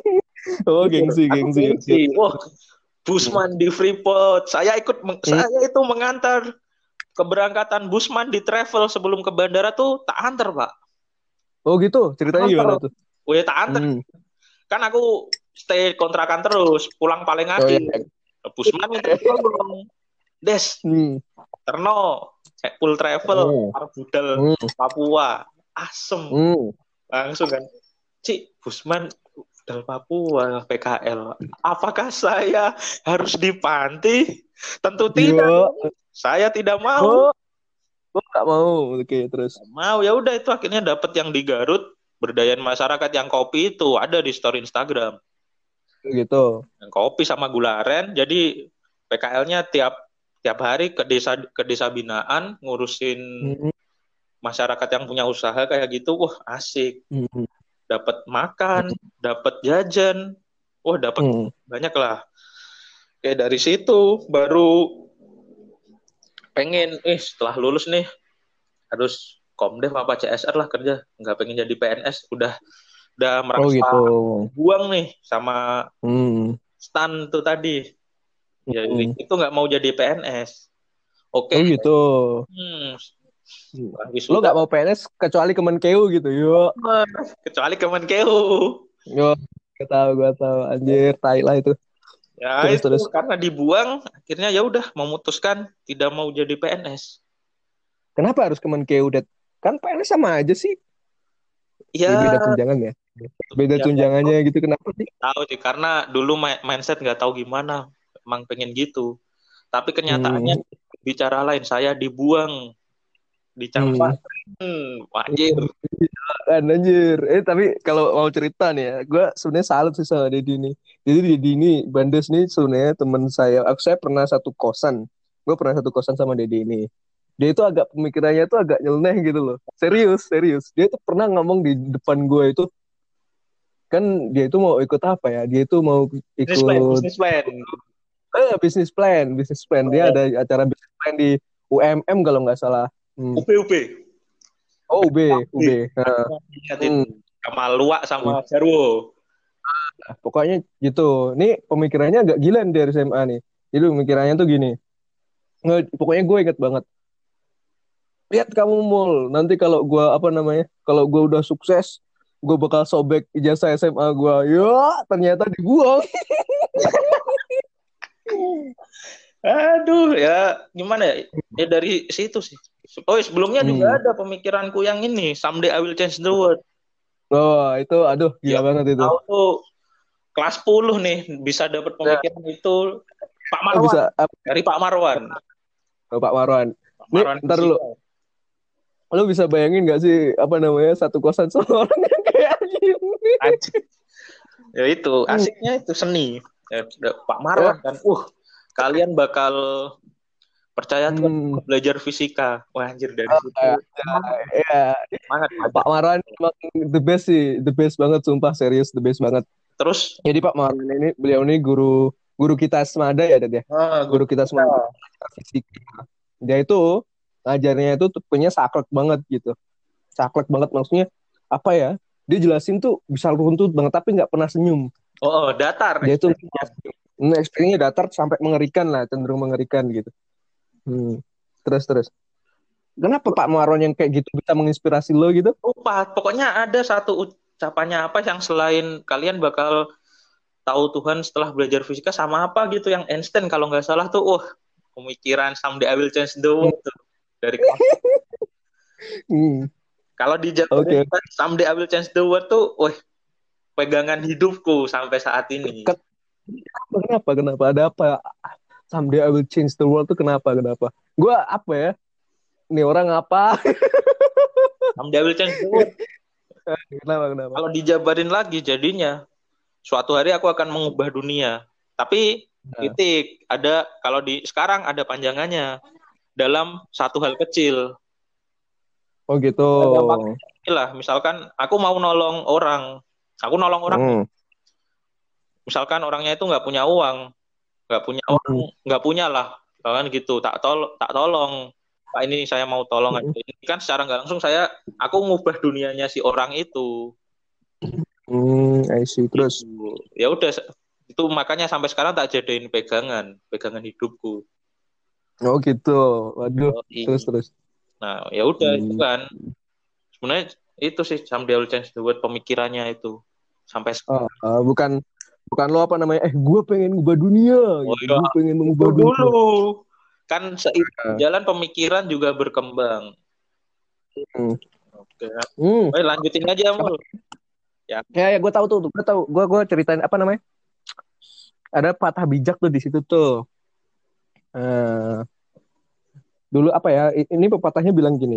[SPEAKER 1] oh
[SPEAKER 2] Jujur,
[SPEAKER 1] gengsi
[SPEAKER 2] aku
[SPEAKER 1] gengsi oke
[SPEAKER 2] gengsi.
[SPEAKER 1] oke.
[SPEAKER 2] Wah,
[SPEAKER 1] Hmm.
[SPEAKER 2] Busman di Freeport. Saya ikut, meng-
[SPEAKER 1] Hmm.
[SPEAKER 2] saya itu mengantar keberangkatan Busman di travel sebelum ke bandara tuh tak antar, Pak.
[SPEAKER 1] Oh gitu
[SPEAKER 2] Tak
[SPEAKER 1] ceritanya
[SPEAKER 2] antar.
[SPEAKER 1] gimana tuh
[SPEAKER 2] Wih, tak antar.
[SPEAKER 1] hmm.
[SPEAKER 2] Kan aku stay kontrakan terus, pulang paling
[SPEAKER 1] Oh ya
[SPEAKER 2] akhir. Busman minta tolong. Des,
[SPEAKER 1] hmm.
[SPEAKER 2] Terno, cek full travel,
[SPEAKER 1] Hmm.
[SPEAKER 2] arep budal
[SPEAKER 1] Hmm.
[SPEAKER 2] Papua, asem.
[SPEAKER 1] Hmm.
[SPEAKER 2] Langsung kan, Cik, Busman budal Papua, P K L. Apakah saya harus di panti? Tentu tidak.
[SPEAKER 1] Yo,
[SPEAKER 2] Saya tidak mau.
[SPEAKER 1] oh, gue gak mau. Oke, terus.
[SPEAKER 2] Mau ya udah, itu akhirnya dapat yang di Garut, berdayain masyarakat yang kopi itu ada di story Instagram.
[SPEAKER 1] Gitu.
[SPEAKER 2] Yang kopi sama gula aren. Jadi P K L-nya tiap tiap hari ke desa ke desa binaan ngurusin
[SPEAKER 1] Hmm.
[SPEAKER 2] masyarakat yang punya usaha kayak gitu. Wah, asik.
[SPEAKER 1] Hmm.
[SPEAKER 2] Dapat makan, dapat jajan. Wah, dapat
[SPEAKER 1] Hmm.
[SPEAKER 2] banyak lah. Kayak dari situ baru pengen, eh setelah lulus nih harus Komdev apa C S R lah kerja. Nggak pengen jadi P N S. Udah udah
[SPEAKER 1] Oh
[SPEAKER 2] merasa
[SPEAKER 1] gitu.
[SPEAKER 2] buang nih sama
[SPEAKER 1] Hmm.
[SPEAKER 2] stan tuh tadi. Ya
[SPEAKER 1] Hmm.
[SPEAKER 2] itu nggak mau jadi P N S.
[SPEAKER 1] Oh
[SPEAKER 2] Oke,
[SPEAKER 1] gitu.
[SPEAKER 2] hmm,
[SPEAKER 1] Hmm.
[SPEAKER 2] setelah
[SPEAKER 1] Lo
[SPEAKER 2] wisuda,
[SPEAKER 1] gak mau P N S kecuali Kemenkeu gitu. Yo.
[SPEAKER 2] kecuali Kemenkeu.
[SPEAKER 1] Yo. Gue tahu, gue tahu. Anjir, tai lah itu.
[SPEAKER 2] Ya
[SPEAKER 1] Terus,
[SPEAKER 2] itu
[SPEAKER 1] terus.
[SPEAKER 2] karena dibuang, akhirnya ya udah memutuskan tidak mau jadi P N S.
[SPEAKER 1] Kenapa harus Kemenkeu, Det? Kan P N S sama aja sih. Ya,
[SPEAKER 2] Ya,
[SPEAKER 1] beda tunjangan ya. Beda
[SPEAKER 2] ya nggak tahu,
[SPEAKER 1] tunjangannya gitu. Kenapa sih?
[SPEAKER 2] tahu sih karena dulu ma- mindset nggak tahu gimana, emang pengen gitu. Tapi kenyataannya
[SPEAKER 1] Hmm.
[SPEAKER 2] bicara lain, saya dibuang,
[SPEAKER 1] Hmm.
[SPEAKER 2] dicampak. Hmm, wajir.
[SPEAKER 1] Bukan anjir. Eh tapi kalau mau cerita nih ya, gue sebenarnya salut sih sama Dedi nih. Jadi Dedi ini, Bandes nih sebenarnya teman saya. Aku saya pernah satu kosan. Gue pernah satu kosan sama Dedi ini. Dia itu agak pemikirannya tuh agak nyeleneh gitu loh. Serius, serius. Dia tuh pernah ngomong di depan gue itu, kan dia itu mau ikut apa ya? Dia itu mau
[SPEAKER 2] Business plan,
[SPEAKER 1] ikut
[SPEAKER 2] business plan.
[SPEAKER 1] eh bisnis plan, bisnis plan. Dia
[SPEAKER 2] Oh,
[SPEAKER 1] ada acara bisnis plan di U M M kalau nggak salah. Hmm.
[SPEAKER 2] U B U B.
[SPEAKER 1] Oh, U B,
[SPEAKER 2] U B.
[SPEAKER 1] U B.
[SPEAKER 2] Aku
[SPEAKER 1] Nah,
[SPEAKER 2] lihat
[SPEAKER 1] hmm.
[SPEAKER 2] itu. Sama Luwak sama Jarwo.
[SPEAKER 1] Nah, pokoknya gitu. Ini pemikirannya agak gila nih dari S M A nih. Jadi pemikirannya tuh gini. Nge- pokoknya gue inget banget. Lihat kamu mul. Nanti kalau gue apa namanya? Kalau gue udah sukses, gue bakal sobek ijazah S M A gue. Ya, ternyata dibuang.
[SPEAKER 2] Aduh, ya gimana ya? Ya dari situ sih. Oh, sebelumnya juga
[SPEAKER 1] Hmm.
[SPEAKER 2] ada pemikiranku yang ini, someday I will change the world.
[SPEAKER 1] Oh, itu aduh gila
[SPEAKER 2] Yang
[SPEAKER 1] banget itu.
[SPEAKER 2] tahu tuh kelas sepuluh nih bisa dapat
[SPEAKER 1] Nah,
[SPEAKER 2] pemikiran itu Pak
[SPEAKER 1] lo
[SPEAKER 2] Marwan.
[SPEAKER 1] bisa apa,
[SPEAKER 2] Dari Pak Marwan.
[SPEAKER 1] Pak Marwan.
[SPEAKER 2] Pak
[SPEAKER 1] Nih,
[SPEAKER 2] Marwan
[SPEAKER 1] ntar dulu.
[SPEAKER 2] Fisika.
[SPEAKER 1] Lo bisa bayangin gak sih apa namanya satu kosan sama orang yang kayak gini?
[SPEAKER 2] Anjing. Ya itu,
[SPEAKER 1] Hmm.
[SPEAKER 2] asiknya itu seni. Ya, Pak
[SPEAKER 1] Ya.
[SPEAKER 2] Marwan kan. Uh, kalian bakal percaya Tuhan
[SPEAKER 1] Hmm.
[SPEAKER 2] belajar fisika. Wah, anjir dari
[SPEAKER 1] Oh, ya,
[SPEAKER 2] situ. Semangat,
[SPEAKER 1] ya.
[SPEAKER 2] semangat belajar.
[SPEAKER 1] Pak Marwan emang the best sih, the best banget sumpah serius the best banget.
[SPEAKER 2] Terus,
[SPEAKER 1] Jadi Pak Marwan ini beliau ini guru guru kita semada ya Dad ya.
[SPEAKER 2] ah,
[SPEAKER 1] Guru
[SPEAKER 2] guru
[SPEAKER 1] kita
[SPEAKER 2] kita.
[SPEAKER 1] semada fisika. Dia itu ngajarnya itu tuh punya saklek banget gitu. Saklek banget maksudnya apa ya? Dia jelasin tuh bisa runtut banget tapi nggak pernah senyum.
[SPEAKER 2] Oh, oh, datar
[SPEAKER 1] Dia itu
[SPEAKER 2] ekspresinya.
[SPEAKER 1] ekspresinya datar sampai mengerikan lah, cenderung mengerikan gitu. Hmm. Terus terus. Kenapa Pak Marwan yang kayak gitu bisa menginspirasi lo gitu?
[SPEAKER 2] Lupa, pokoknya ada satu ucapannya apa yang selain kalian bakal tahu Tuhan setelah belajar fisika sama apa gitu yang Einstein kalau nggak salah tuh, wah pemikiran someday I will change the
[SPEAKER 1] Hmm.
[SPEAKER 2] world tuh dari kamu.
[SPEAKER 1] Hmm.
[SPEAKER 2] Kalau dijabarin
[SPEAKER 1] Oke.
[SPEAKER 2] someday I will change the world tuh, wah pegangan hidupku sampai saat ini.
[SPEAKER 1] Ken- Kenapa? Kenapa? Ada apa? Someday I will change the world tuh kenapa? Kenapa? Gue apa ya? Ini orang apa?
[SPEAKER 2] Someday I will change the world.
[SPEAKER 1] Kenapa? Kenapa?
[SPEAKER 2] Kalau dijabarin lagi jadinya suatu hari aku akan mengubah dunia. Tapi
[SPEAKER 1] Nah.
[SPEAKER 2] titik ada kalau di sekarang ada panjangannya dalam satu hal kecil.
[SPEAKER 1] Oh gitu.
[SPEAKER 2] Ya, dampaknya lah, misalkan aku mau nolong orang, aku nolong orang nih.
[SPEAKER 1] Hmm.
[SPEAKER 2] Misalkan orangnya itu nggak punya uang, nggak punya uang,
[SPEAKER 1] Hmm.
[SPEAKER 2] nggak punya lah, kan gitu. Tak tol, tak tolong. Pak ini saya mau tolong aja.
[SPEAKER 1] Hmm.
[SPEAKER 2] Ini kan secara nggak langsung saya, aku ngubah dunianya si orang itu.
[SPEAKER 1] Hmm, I see.
[SPEAKER 2] Gitu.
[SPEAKER 1] Terus.
[SPEAKER 2] Ya udah, itu makanya sampai sekarang tak jadiin pegangan, pegangan hidupku.
[SPEAKER 1] Oh gitu. Waduh.
[SPEAKER 2] Oh,
[SPEAKER 1] Terus
[SPEAKER 2] iya.
[SPEAKER 1] terus.
[SPEAKER 2] Nah, ya udah itu
[SPEAKER 1] Hmm.
[SPEAKER 2] kan. Sebenarnya itu sih someday I will change the world pemikirannya itu sampai
[SPEAKER 1] Ah,
[SPEAKER 2] sekarang.
[SPEAKER 1] ah, bukan bukan lo apa namanya? Eh, gue pengen ngubah dunia
[SPEAKER 2] Oh
[SPEAKER 1] gitu.
[SPEAKER 2] iya,
[SPEAKER 1] Gue pengen
[SPEAKER 2] itu
[SPEAKER 1] mengubah
[SPEAKER 2] dulu.
[SPEAKER 1] dunia.
[SPEAKER 2] Kan seiring
[SPEAKER 1] Nah.
[SPEAKER 2] jalan pemikiran juga berkembang.
[SPEAKER 1] Hmm.
[SPEAKER 2] Oke.
[SPEAKER 1] Hmm.
[SPEAKER 2] Eh, lanjutin aja,
[SPEAKER 1] Apa?
[SPEAKER 2] Mul. Ya.
[SPEAKER 1] Ya, ya gue tahu tuh. Gue tahu. Gue gue ceritain apa namanya? Ada patah bijak tuh di situ tuh. Eh, dulu apa ya? Ini pepatahnya bilang gini.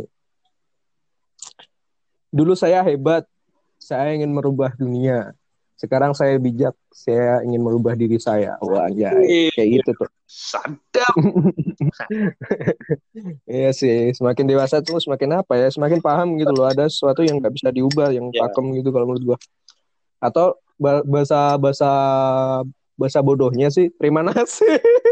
[SPEAKER 1] Dulu saya hebat, saya ingin merubah dunia. Sekarang saya bijak, saya ingin merubah diri saya. Wah, anjay.
[SPEAKER 2] Wih,
[SPEAKER 1] Kayak gitu tuh.
[SPEAKER 2] sadap.
[SPEAKER 1] Iya sih, semakin dewasa tuh semakin apa ya? Semakin paham gitu loh. Ada sesuatu yang nggak bisa diubah, yang
[SPEAKER 2] Ya,
[SPEAKER 1] pakem gitu kalau menurut gua. Atau ba- bahasa bahasa bahasa bodohnya sih terima nasi.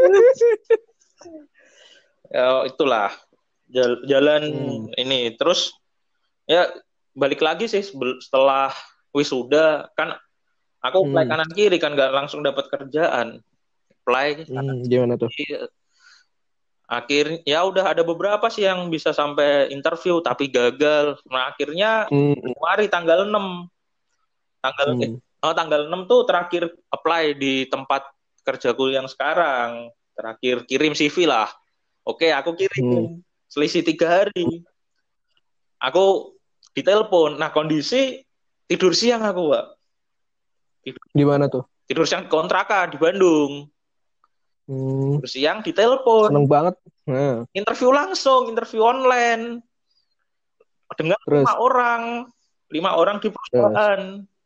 [SPEAKER 2] ya itulah Jal- jalan
[SPEAKER 1] Hmm.
[SPEAKER 2] ini. Terus ya balik lagi sih sebel- setelah wisuda kan aku apply
[SPEAKER 1] Hmm.
[SPEAKER 2] kanan kiri kan nggak langsung dapat kerjaan. Apply kanan
[SPEAKER 1] Hmm, gimana tuh?
[SPEAKER 2] kiri. Akhirnya ya udah ada beberapa sih yang bisa sampai interview tapi gagal. Nah, akhirnya
[SPEAKER 1] Hmm.
[SPEAKER 2] Januari tanggal enam tanggal eh
[SPEAKER 1] Hmm.
[SPEAKER 2] oh, tanggal enam tuh terakhir apply di tempat kerjaku yang sekarang. Terakhir kirim C V lah. Oke, aku
[SPEAKER 1] Hmm.
[SPEAKER 2] kirim. Selisih tiga hari. Aku ditelepon. Nah, kondisi tidur siang aku, Pak. Tidur,
[SPEAKER 1] Gimana tuh?
[SPEAKER 2] tidur siang kontrakan di Bandung.
[SPEAKER 1] Hmm.
[SPEAKER 2] Tidur siang ditelepon.
[SPEAKER 1] Seneng banget. Nah,
[SPEAKER 2] Interview langsung, interview online. Dengan lima
[SPEAKER 1] terus.
[SPEAKER 2] orang. lima orang di
[SPEAKER 1] Terus.
[SPEAKER 2] perusahaan.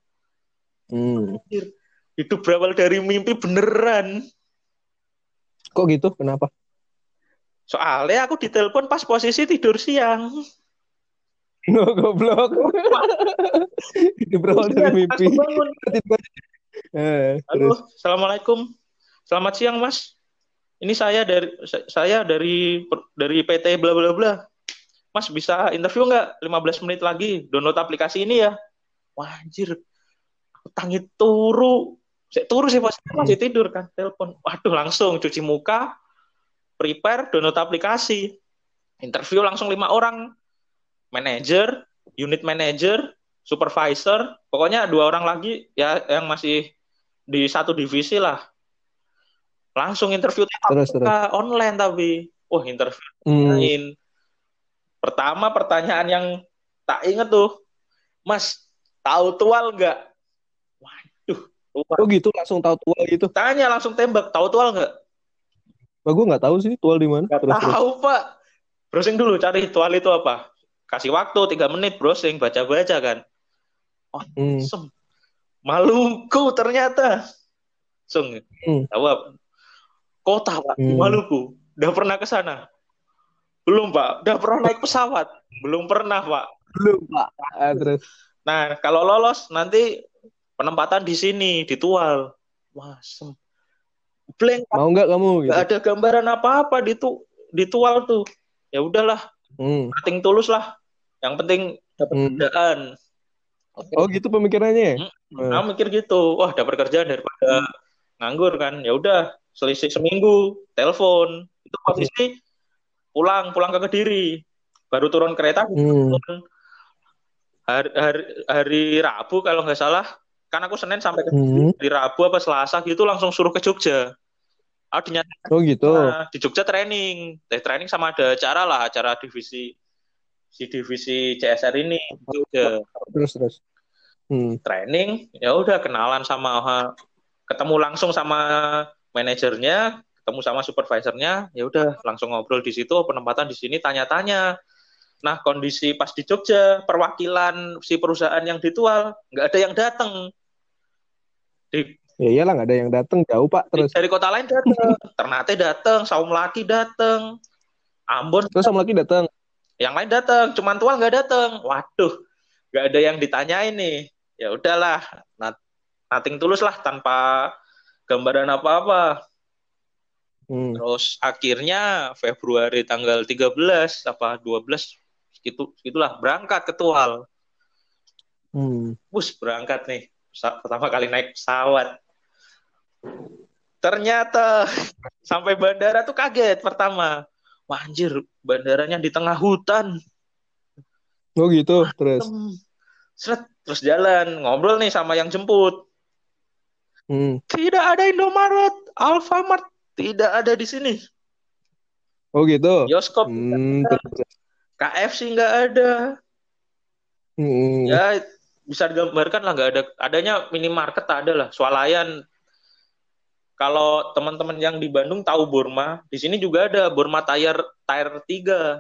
[SPEAKER 1] Hmm.
[SPEAKER 2] Hidup berawal dari mimpi beneran.
[SPEAKER 1] Kok gitu? Kenapa?
[SPEAKER 2] Soalnya aku ditelepon pas posisi tidur siang.
[SPEAKER 1] No, goblok. Itu
[SPEAKER 2] Tidur
[SPEAKER 1] berawal dari
[SPEAKER 2] siang,
[SPEAKER 1] mimpi.
[SPEAKER 2] langsung bangun.
[SPEAKER 1] Tiba-tiba. Eh, terus.
[SPEAKER 2] Halo, assalamualaikum. Selamat siang, Mas. Ini saya dari saya dari dari P T bla bla bla. Mas bisa interview nggak? lima belas menit lagi. Download aplikasi ini ya. Wah, anjir. Aku tangi turu. Saya turu sih pas
[SPEAKER 1] Hmm.
[SPEAKER 2] masih tidur kan. Telepon. Waduh, langsung cuci muka, prepare, download aplikasi. Interview langsung lima orang. Manager, unit manager, supervisor. Pokoknya dua orang lagi ya yang masih di satu divisi lah. Langsung interview
[SPEAKER 1] Terus, terus.
[SPEAKER 2] online tapi. Wah, interview.
[SPEAKER 1] Hmm.
[SPEAKER 2] Pertama pertanyaan yang tak inget tuh, Mas, tahu tual nggak? Waduh, tual.
[SPEAKER 1] Oh gitu, langsung tahu tual gitu.
[SPEAKER 2] Tanya langsung tembak, tahu tual nggak?
[SPEAKER 1] Wah, gue nggak tahu sih tual di mana.
[SPEAKER 2] Nggak
[SPEAKER 1] Terus, terus.
[SPEAKER 2] tahu, Pak. Browsing dulu, cari tual itu apa. Kasih waktu tiga menit browsing, baca-baca kan. Oh,
[SPEAKER 1] Hmm.
[SPEAKER 2] sem. Maluku ternyata. Sung,
[SPEAKER 1] Hmm.
[SPEAKER 2] jawab. Kota, Pak, di
[SPEAKER 1] Hmm.
[SPEAKER 2] Maluku. Udah pernah ke sana? Belum, Pak. Udah pernah naik pesawat? Belum pernah, Pak.
[SPEAKER 1] Belum, Pak. Ah, terus.
[SPEAKER 2] Nah, kalau lolos nanti penempatan di sini, di Tual. Wah, sem. Blank,
[SPEAKER 1] Mau nggak kamu gitu?
[SPEAKER 2] nggak ada gambaran apa-apa di tu di Tual tuh. Ya udahlah,
[SPEAKER 1] Hmm.
[SPEAKER 2] nothing tulus lah. Yang penting dapat
[SPEAKER 1] Hmm.
[SPEAKER 2] kerjaan. Oke.
[SPEAKER 1] Oh gitu pemikirannya.
[SPEAKER 2] Hmm,
[SPEAKER 1] Hmm.
[SPEAKER 2] nah, mikir gitu. Wah, dapat kerjaan daripada
[SPEAKER 1] Hmm.
[SPEAKER 2] nganggur kan. Ya udah, selisih seminggu, telepon. Itu posisi pulang, pulang ke Kediri. Baru turun kereta.
[SPEAKER 1] Hmm.
[SPEAKER 2] Hari, hari, hari Rabu kalau nggak salah, kan aku Senin sampai ke
[SPEAKER 1] Hmm.
[SPEAKER 2] hari Rabu apa Selasa gitu langsung suruh ke Jogja. Aku dinyatakan
[SPEAKER 1] Oh gitu.
[SPEAKER 2] nah, di Jogja training, eh, training sama ada acara lah, acara divisi si divisi C S R ini di Jogja.
[SPEAKER 1] Terus, terus. Hmm.
[SPEAKER 2] Training, ya udah kenalan sama ketemu langsung sama manajernya, ketemu sama supervisornya, ya udah langsung ngobrol di situ, penempatan di sini, tanya-tanya. Nah, kondisi pas di Jogja, perwakilan si perusahaan yang ditual, nggak ada yang datang. Di,
[SPEAKER 1] Ya iyalah nggak ada yang datang jauh Pak. Terus.
[SPEAKER 2] dari kota lain datang. Ternate datang, Saum Laki datang, Ambon.
[SPEAKER 1] Terus sama lagi datang.
[SPEAKER 2] Yang lain datang, cuman tual nggak datang. Waduh, nggak ada yang ditanyain nih. Ya udahlah, nothing tulus lah tanpa gambaran apa-apa.
[SPEAKER 1] Hmm.
[SPEAKER 2] Terus akhirnya Februari tanggal tiga belas apa dua belas gitu gitulah berangkat ke Tual.
[SPEAKER 1] Hmm.
[SPEAKER 2] Bus berangkat nih. Pertama kali naik pesawat. Ternyata sampai bandara tuh kaget pertama. Wah, anjir, bandaranya di tengah hutan.
[SPEAKER 1] Oh gitu, terus.
[SPEAKER 2] Seret, terus jalan, ngobrol nih sama yang jemput.
[SPEAKER 1] Hmm.
[SPEAKER 2] Tidak ada Indomaret, Alfamart tidak ada di sini.
[SPEAKER 1] Oh gitu.
[SPEAKER 2] Bioskop
[SPEAKER 1] Hmm, terus.
[SPEAKER 2] K F C nggak ada.
[SPEAKER 1] Hmm.
[SPEAKER 2] Ya bisa digambarkan lah nggak ada. Adanya minimarket ada lah. Swalayan. Kalau teman-teman yang di Bandung tahu Burma, di sini juga ada Burma Tire Tire tiga.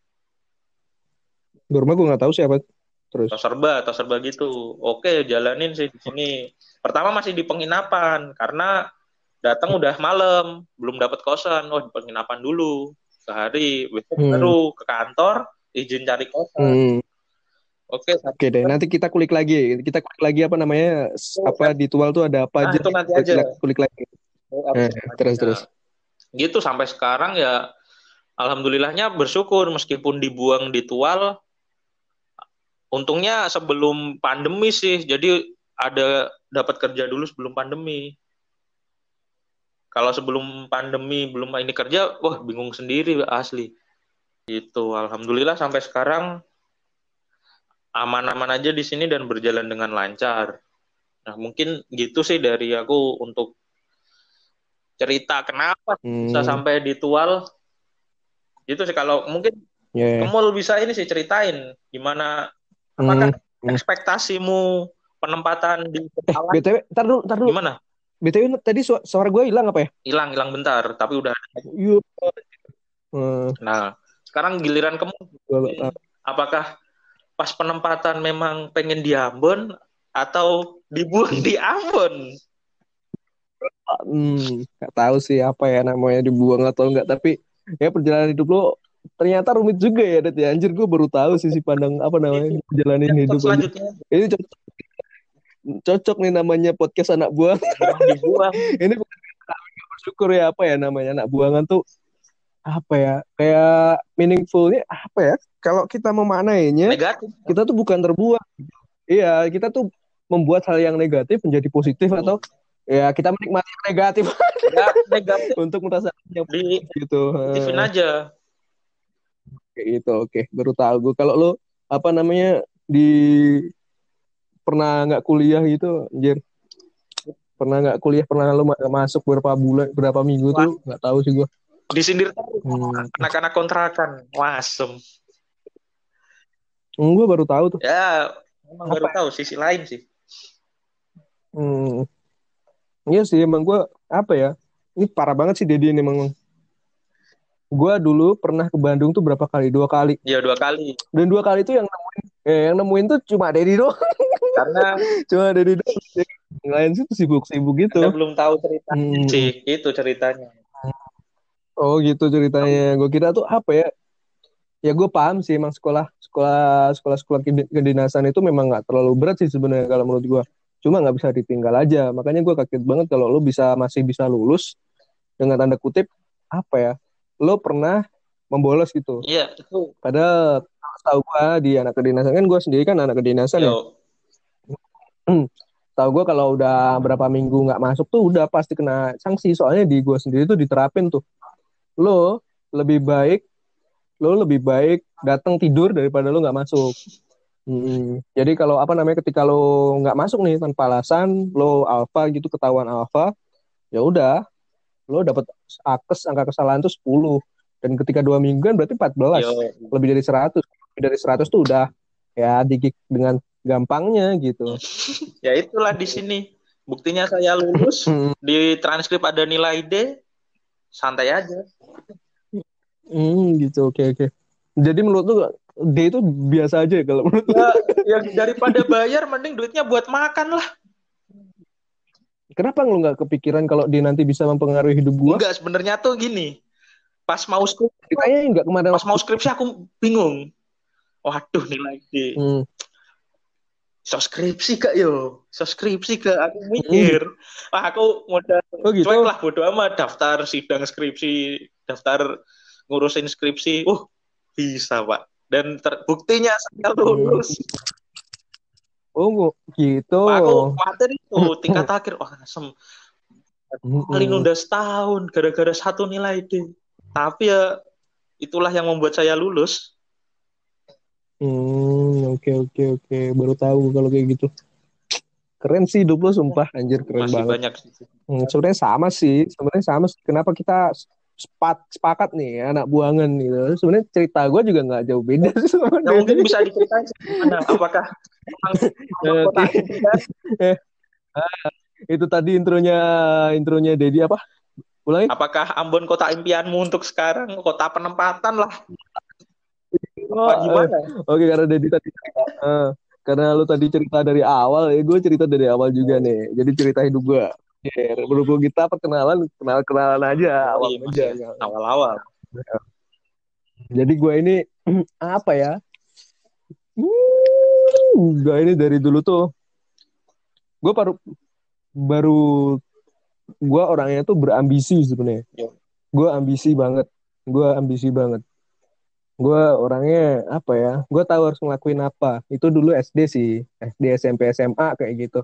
[SPEAKER 1] Burma gue nggak tahu siapa. Terus.
[SPEAKER 2] Toserba, Toserba gitu. Oke, jalanin sih di sini. Pertama masih di penginapan karena datang udah malam, belum dapat kosan. Oh, di penginapan dulu sehari, besok
[SPEAKER 1] Hmm.
[SPEAKER 2] baru ke kantor izin cari kosan.
[SPEAKER 1] Hmm.
[SPEAKER 2] Oke,
[SPEAKER 1] Oke deh, nanti kita kulik lagi. Kita kulik lagi apa namanya? Apa di Tual tuh ada apa
[SPEAKER 2] nah,
[SPEAKER 1] aja?
[SPEAKER 2] itu nanti
[SPEAKER 1] Kita
[SPEAKER 2] aja.
[SPEAKER 1] kulik lagi. Eh, terus terus.
[SPEAKER 2] Gitu sampai sekarang ya alhamdulillahnya bersyukur meskipun dibuang di Tual. Untungnya sebelum pandemi sih, jadi ada dapat kerja dulu sebelum pandemi. Kalau sebelum pandemi belum ini kerja, wah bingung sendiri asli. Itu alhamdulillah sampai sekarang aman-aman aja di sini dan berjalan dengan lancar. Nah, mungkin gitu sih dari aku untuk cerita kenapa
[SPEAKER 1] Hmm.
[SPEAKER 2] bisa sampai di Tual. Gitu sih kalau mungkin
[SPEAKER 1] Yeah.
[SPEAKER 2] Kemul bisa ini sih ceritain gimana apakah hmm. ekspektasimu penempatan di
[SPEAKER 1] eh, B T W, tar dulu, tar dulu.
[SPEAKER 2] Gimana?
[SPEAKER 1] B T W tadi su- suara gue hilang apa ya?
[SPEAKER 2] Hilang, hilang bentar, tapi udah.
[SPEAKER 1] Yup. Hmm.
[SPEAKER 2] Nah, sekarang giliran Kemul. Apakah pas penempatan memang pengen di Ambon atau dibuang di Ambon?
[SPEAKER 1] Hmm, nggak tahu sih apa ya namanya dibuang atau enggak, tapi ya perjalanan hidup lo ternyata rumit juga ya, Det, ya. Anjir, gue baru tahu sisi pandang apa namanya
[SPEAKER 2] Itu
[SPEAKER 1] jalanin
[SPEAKER 2] episode
[SPEAKER 1] hidup anjir.
[SPEAKER 2] selanjutnya
[SPEAKER 1] Ini cocok, cocok nih namanya podcast anak buah.
[SPEAKER 2] memang dibuang
[SPEAKER 1] Ini bukan bersyukur ya, apa ya namanya anak buangan tuh, apa ya, kayak meaningfulnya apa ya, kalau kita memaknainya,
[SPEAKER 2] negatif.
[SPEAKER 1] kita tuh bukan terbuang. Iya, kita tuh membuat hal yang negatif menjadi positif, atau
[SPEAKER 2] Hmm.
[SPEAKER 1] ya kita menikmati yang negatif
[SPEAKER 2] Ya negatif
[SPEAKER 1] untuk merasakan yang
[SPEAKER 2] di
[SPEAKER 1] positif gitu.
[SPEAKER 2] positifin
[SPEAKER 1] Eh,
[SPEAKER 2] aja.
[SPEAKER 1] kayak gitu. Oke, baru tahu gue. Kalau lo apa namanya di pernah nggak kuliah gitu, anjir. Pernah nggak kuliah, pernah lo ma- masuk berapa bulan, berapa minggu
[SPEAKER 2] Wah,
[SPEAKER 1] tuh nggak tahu sih gue.
[SPEAKER 2] disindir terus sama
[SPEAKER 1] Hmm.
[SPEAKER 2] anak-anak kontrakan. Wasem.
[SPEAKER 1] Hmm, gue baru tahu tuh.
[SPEAKER 2] Ya, memang
[SPEAKER 1] Apa
[SPEAKER 2] baru
[SPEAKER 1] ya?
[SPEAKER 2] tahu sisi lain sih.
[SPEAKER 1] Hmm. Iya sih, emang gue apa ya? Ini parah banget sih Dedi ini emang. Gue dulu pernah ke Bandung tuh berapa kali? Dua kali.
[SPEAKER 2] Ya dua kali.
[SPEAKER 1] Dan dua kali tuh yang nemuin, eh, yang nemuin tuh cuma Dedi doang.
[SPEAKER 2] Karena
[SPEAKER 1] Cuma Dedi doang. Yang lain sih tuh sibuk-sibuk gitu.
[SPEAKER 2] Anda belum tahu ceritanya
[SPEAKER 1] Hmm.
[SPEAKER 2] sih. Itu ceritanya.
[SPEAKER 1] Oh gitu ceritanya. Gue kira tuh apa ya? Ya gue paham sih, emang sekolah sekolah sekolah sekolah kedi- kedinasan itu memang nggak terlalu berat sih sebenarnya kalau menurut gue. Cuma nggak bisa ditinggal aja. Makanya gue kaget banget kalau lo bisa masih bisa lulus dengan tanda kutip apa ya? Lo pernah membolos gitu.
[SPEAKER 2] Iya, itu.
[SPEAKER 1] Padahal tahu gue di anak kedinasan, kan gue sendiri kan anak kedinasan ya.
[SPEAKER 2] Yo,
[SPEAKER 1] Tahu gue kalau udah berapa minggu nggak masuk tuh udah pasti kena sanksi. Soalnya di gue sendiri tuh diterapin tuh. Lo lebih baik lo lebih baik datang tidur daripada lo nggak masuk. Hmm, jadi kalau apa namanya ketika lo nggak masuk nih tanpa alasan, lo alfa gitu ketahuan alfa, ya udah lo dapat akes angka kesalahan tuh sepuluh, dan ketika dua mingguan berarti empat belas,
[SPEAKER 2] yo.
[SPEAKER 1] lebih dari seratus, lebih dari seratus tuh udah ya digig dengan gampangnya gitu.
[SPEAKER 2] Ya itulah di sini. Buktinya saya lulus,
[SPEAKER 1] Hmm,
[SPEAKER 2] di transkrip ada nilai D, santai aja.
[SPEAKER 1] hmm, gitu, oke oke. Jadi menurut lo D itu biasa aja ya kalau menurut lo?
[SPEAKER 2] Ya, ya daripada bayar, mending duitnya buat makan lah.
[SPEAKER 1] Kenapa lo nggak kepikiran kalau D nanti bisa mempengaruhi hidup gua?
[SPEAKER 2] Enggak, sebenarnya tuh gini. Pas mau skripsi,
[SPEAKER 1] Ceritanya nggak kemarin
[SPEAKER 2] pas
[SPEAKER 1] waktu.
[SPEAKER 2] mau skripsi aku bingung. Waduh, nilai D.
[SPEAKER 1] Hmm,
[SPEAKER 2] So skripsi gak yo? So skripsi gak? Aku
[SPEAKER 1] hmm,
[SPEAKER 2] mikir. Wah, aku modal
[SPEAKER 1] oh
[SPEAKER 2] cuek
[SPEAKER 1] gitu.
[SPEAKER 2] lah, bodo amat. Daftar sidang skripsi, daftar ngurusin skripsi. Uh, bisa, Pak. Dan terbuktinya saya
[SPEAKER 1] Hmm,
[SPEAKER 2] lulus.
[SPEAKER 1] oh gitu.
[SPEAKER 2] Wah, aku khawatir itu tingkat akhir. Wah, asem. Kali
[SPEAKER 1] Hmm,
[SPEAKER 2] nunda setahun gara-gara satu nilai D. Tapi ya itulah yang membuat saya lulus.
[SPEAKER 1] hmm, oke oke oke. Baru tahu kalau kayak gitu. Keren sih hidup lo, sumpah anjir keren
[SPEAKER 2] Masih
[SPEAKER 1] banget.
[SPEAKER 2] banyak.
[SPEAKER 1] Hmm, sebenarnya sama sih, sebenarnya sama sih. Kenapa kita sepat sepakat nih ya, anak buangan gitu. Sebenarnya cerita gue juga nggak jauh beda sih sama
[SPEAKER 2] Ya
[SPEAKER 1] Dede.
[SPEAKER 2] mungkin bisa diceritain gimana? Apakah memang memang kota
[SPEAKER 1] Oke.
[SPEAKER 2] impian?
[SPEAKER 1] Eh, itu tadi intronya intronya Dedi apa? Ulangi.
[SPEAKER 2] Apakah Ambon kota impianmu untuk sekarang? Kota penempatan lah.
[SPEAKER 1] Oh,
[SPEAKER 2] Apa
[SPEAKER 1] eh,
[SPEAKER 2] gimana?
[SPEAKER 1] oke, karena Dedi tadi cerita. Eh, karena lu tadi cerita dari awal, ya gue cerita dari awal juga nih. Jadi cerita hidup gue. Ya, berhubung kita perkenalan, kenal-kenalan aja, awam
[SPEAKER 2] Yoi,
[SPEAKER 1] aja.
[SPEAKER 2] masih awal-awal.
[SPEAKER 1] Jadi gue ini apa ya? Hmm, gue ini dari dulu tuh, gue baru baru gue orangnya tuh berambisi sebenarnya.
[SPEAKER 2] Yo.
[SPEAKER 1] Gue ambisi banget. Gue ambisi banget. Gue orangnya apa ya? Gue tahu harus ngelakuin apa. Itu dulu S D sih, S D, S M P, S M A kayak gitu.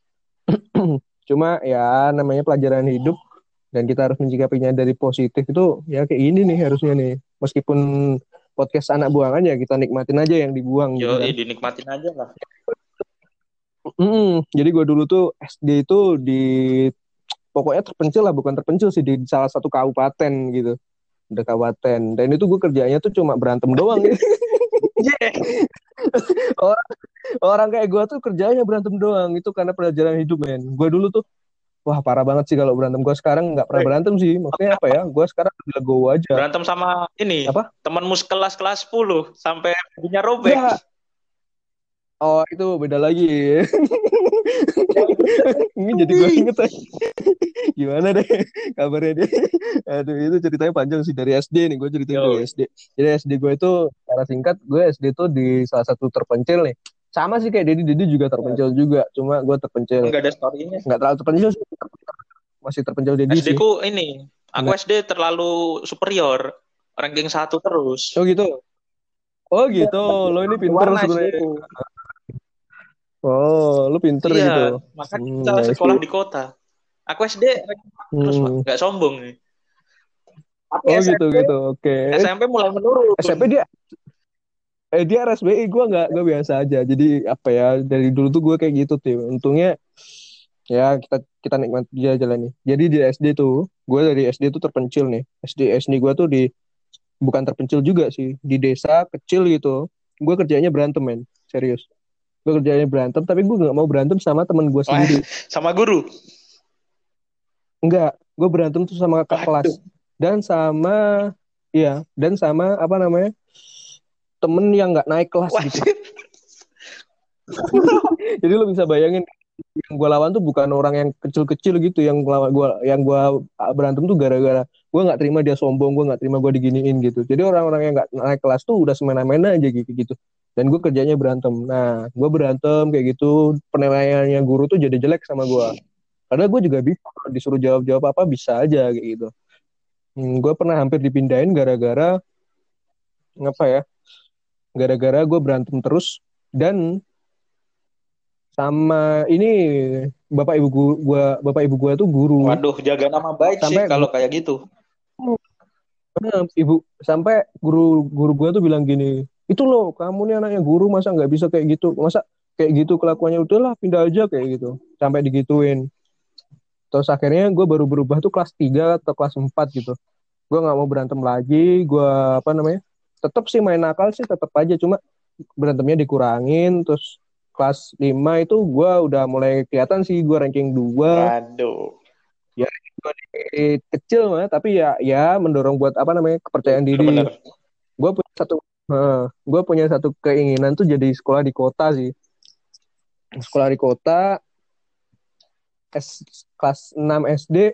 [SPEAKER 1] Cuma ya namanya pelajaran hidup dan kita harus menyikapinya dari positif itu ya kayak gini nih harusnya nih. Meskipun podcast anak buangan ya kita nikmatin aja yang dibuang
[SPEAKER 2] Yo,
[SPEAKER 1] gitu kan.
[SPEAKER 2] eh, dinikmatin aja lah.
[SPEAKER 1] Mm-mm. Jadi gue dulu tuh S D itu di pokoknya terpencil lah, bukan terpencil sih, di salah satu kabupaten gitu. Udah kabupaten. Dan itu gue kerjanya tuh cuma berantem doang gitu.
[SPEAKER 2] Yeah.
[SPEAKER 1] Orang, orang kayak gue tuh kerjanya berantem doang. Itu karena pelajaran hidup men. Gue dulu tuh wah parah banget sih kalau berantem. Gue sekarang nggak pernah berantem sih. Maksudnya apa ya? Gue sekarang udah legowo aja.
[SPEAKER 2] Berantem sama ini,
[SPEAKER 1] Apa?
[SPEAKER 2] temanmu sekelas kelas sepuluh sampai punya robek.
[SPEAKER 1] Ya, Oh itu beda lagi.
[SPEAKER 2] Yang
[SPEAKER 1] Ini jadi gue inget aja. Gimana deh kabarnya dia. Aduh itu ceritanya panjang sih dari S D nih. Gue ceritain dari
[SPEAKER 2] yo,
[SPEAKER 1] S D. Jadi S D gue itu secara singkat gue S D tuh di salah satu terpencil nih. Sama sih kayak Dedi. Dedi juga terpencil juga. Cuma gue terpencil.
[SPEAKER 2] enggak ada story-nya.
[SPEAKER 1] Nggak terlalu terpencil sih. Masih terpencil Dedi
[SPEAKER 2] S D
[SPEAKER 1] sih.
[SPEAKER 2] ku ini, aku
[SPEAKER 1] Nah,
[SPEAKER 2] S D terlalu superior, ranking satu terus.
[SPEAKER 1] oh gitu. Oh
[SPEAKER 2] Iya,
[SPEAKER 1] gitu. Lo ini pinter
[SPEAKER 2] warna S D
[SPEAKER 1] sebenarnya.
[SPEAKER 2] ku.
[SPEAKER 1] Oh, lu pinter
[SPEAKER 2] Iya,
[SPEAKER 1] gitu.
[SPEAKER 2] makanya kita
[SPEAKER 1] Hmm, nice.
[SPEAKER 2] sekolah di kota. Aku S D ranking satu terus, Pak.
[SPEAKER 1] Hmm.
[SPEAKER 2] Nggak sombong nih. Tapi
[SPEAKER 1] Oh gitu
[SPEAKER 2] S M P,
[SPEAKER 1] gitu. Oke.
[SPEAKER 2] S M P mulai menurun.
[SPEAKER 1] S M P dia eh dia R S B I gue nggak gue biasa aja. Jadi apa ya dari dulu tuh gue kayak gitu tuh. Untungnya ya kita kita nikmat dia jalan nih. Jadi di S D tuh gue dari S D tuh terpencil nih. S D S D gue tuh di bukan terpencil juga sih di desa kecil gitu. Gue kerjanya berantem men, serius. Gue kerjanya berantem tapi gue nggak mau berantem sama temen gue
[SPEAKER 2] Wah,
[SPEAKER 1] sendiri.
[SPEAKER 2] sama guru.
[SPEAKER 1] Enggak, gue berantem tuh sama kakak kelas
[SPEAKER 2] Waduh.
[SPEAKER 1] dan sama iya dan sama apa namanya temen yang nggak naik kelas gitu.
[SPEAKER 2] Waduh.
[SPEAKER 1] Jadi lo bisa bayangin yang gue lawan tuh bukan orang yang kecil-kecil gitu yang gua gua yang gua berantem tuh gara-gara gue nggak terima dia sombong, gue nggak terima gue diginiin gitu. Jadi orang-orang yang nggak naik kelas tuh udah semena-mena aja gitu gitu. Dan gue kerjanya berantem. Nah, gue berantem kayak gitu, penilaiannya guru tuh jadi jelek sama gue. Padahal gue juga bisa disuruh jawab-jawab apa bisa aja kayak gitu. Hmm, gue pernah hampir dipindahin gara-gara ngapa ya? Gara-gara gue berantem terus dan sama ini bapak ibu gua, gua bapak ibu gua tuh guru
[SPEAKER 2] Waduh, jaga nama baik sih
[SPEAKER 1] sampai
[SPEAKER 2] kalau
[SPEAKER 1] guru,
[SPEAKER 2] kayak gitu.
[SPEAKER 1] ibu sampai guru guru gua tuh bilang gini, itu loh kamu nih anaknya guru masa nggak bisa kayak gitu, masa kayak gitu kelakuannya udahlah pindah aja kayak gitu sampai digituin. Terus akhirnya gue baru berubah tuh kelas tiga atau kelas empat gitu. Gue nggak mau berantem lagi, gue apa namanya tetap sih main nakal sih tetap aja cuma berantemnya dikurangin. Terus kelas lima itu gue udah mulai kelihatan sih gue ranking dua.
[SPEAKER 2] Waduh.
[SPEAKER 1] Ya gua di- kecil mah tapi ya ya mendorong buat apa namanya kepercayaan diri.
[SPEAKER 2] Bener-bener.
[SPEAKER 1] Gue punya satu gue punya satu keinginan tuh jadi sekolah di kota sih. Sekolah di kota S, kelas enam S D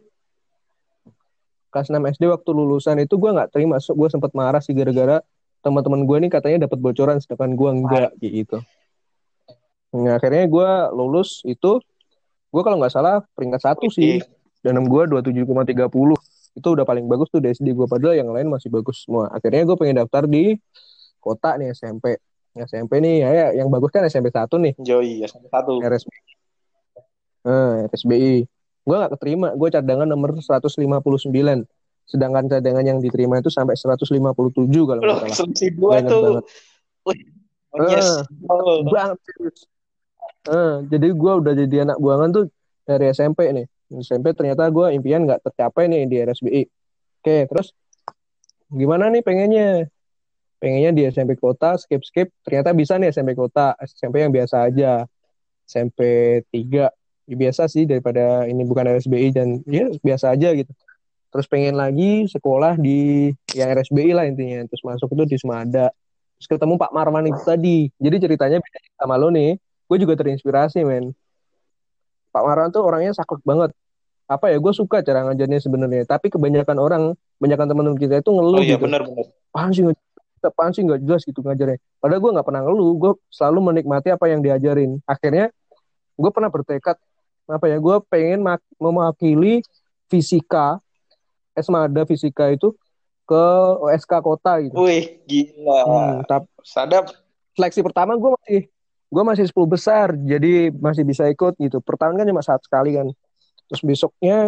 [SPEAKER 1] kelas enam S D waktu lulusan itu gue nggak terima, gue sempat marah sih gara-gara teman-teman gue nih katanya dapat bocoran sedangkan gue enggak
[SPEAKER 2] Waduh.
[SPEAKER 1] gitu. Nah, akhirnya gue lulus itu gue kalau nggak salah peringkat satu sih
[SPEAKER 2] Wih.
[SPEAKER 1] dan gue dua puluh tujuh koma tiga puluh itu udah paling bagus tuh di S D gue padahal yang lain masih bagus semua. Akhirnya gue pengen daftar di kota nih S M P. S M P nih ya ya, yang bagus kan S M P satu nih
[SPEAKER 2] Joy, ya sampai satu.
[SPEAKER 1] R S B I. Eh, R S B I. Gue nggak keterima, gue cadangan nomor seratus lima puluh sembilan. Sedangkan cadangan yang diterima itu sampai seratus lima puluh tujuh kalau nggak
[SPEAKER 2] Loh,
[SPEAKER 1] salah.
[SPEAKER 2] selisih
[SPEAKER 1] Gue
[SPEAKER 2] dua
[SPEAKER 1] inget
[SPEAKER 2] tuh.
[SPEAKER 1] banget.
[SPEAKER 2] Wih,
[SPEAKER 1] Eh,
[SPEAKER 2] yes. Oh.
[SPEAKER 1] banget serius. Eh, jadi gue udah jadi anak buangan tuh dari S M P nih. S M P ternyata gue impian nggak tercapai nih di R S B I. Oke, terus gimana nih pengennya? Pengennya di S M P kota, skip-skip. Ternyata bisa nih S M P kota, S M P yang biasa aja. S M P tiga, ya biasa sih daripada ini bukan R S B I dan ya biasa aja gitu. Terus pengen lagi sekolah di yang R S B I lah intinya. Terus masuk itu di Semada. Terus ketemu Pak Marwan itu tadi. Jadi ceritanya beda sama lo nih. Gue juga terinspirasi men. Pak Marwan tuh orangnya saklek banget. Apa ya, gue suka cara ngajarnya sebenarnya. Tapi kebanyakan orang, kebanyakan teman-teman kita itu
[SPEAKER 2] Oh
[SPEAKER 1] ngeluh
[SPEAKER 2] iya,
[SPEAKER 1] gitu.
[SPEAKER 2] benar-benar.
[SPEAKER 1] Apaan sih, nggak- apaan sih nggak jelas gitu ngajarnya. Padahal gue nggak pernah ngeluh. Gue selalu menikmati apa yang diajarin. Akhirnya gue pernah bertekad, apa ya, gue pengen mak- mewakili fisika, Esmada fisika itu ke O S K kota gitu.
[SPEAKER 2] Wih, gila.
[SPEAKER 1] Hmm, tapi
[SPEAKER 2] Sadap.
[SPEAKER 1] seleksi pertama gue masih gue masih sepuluh besar, jadi masih bisa ikut gitu. Pertama kan cuma satu sekali kan. Terus besoknya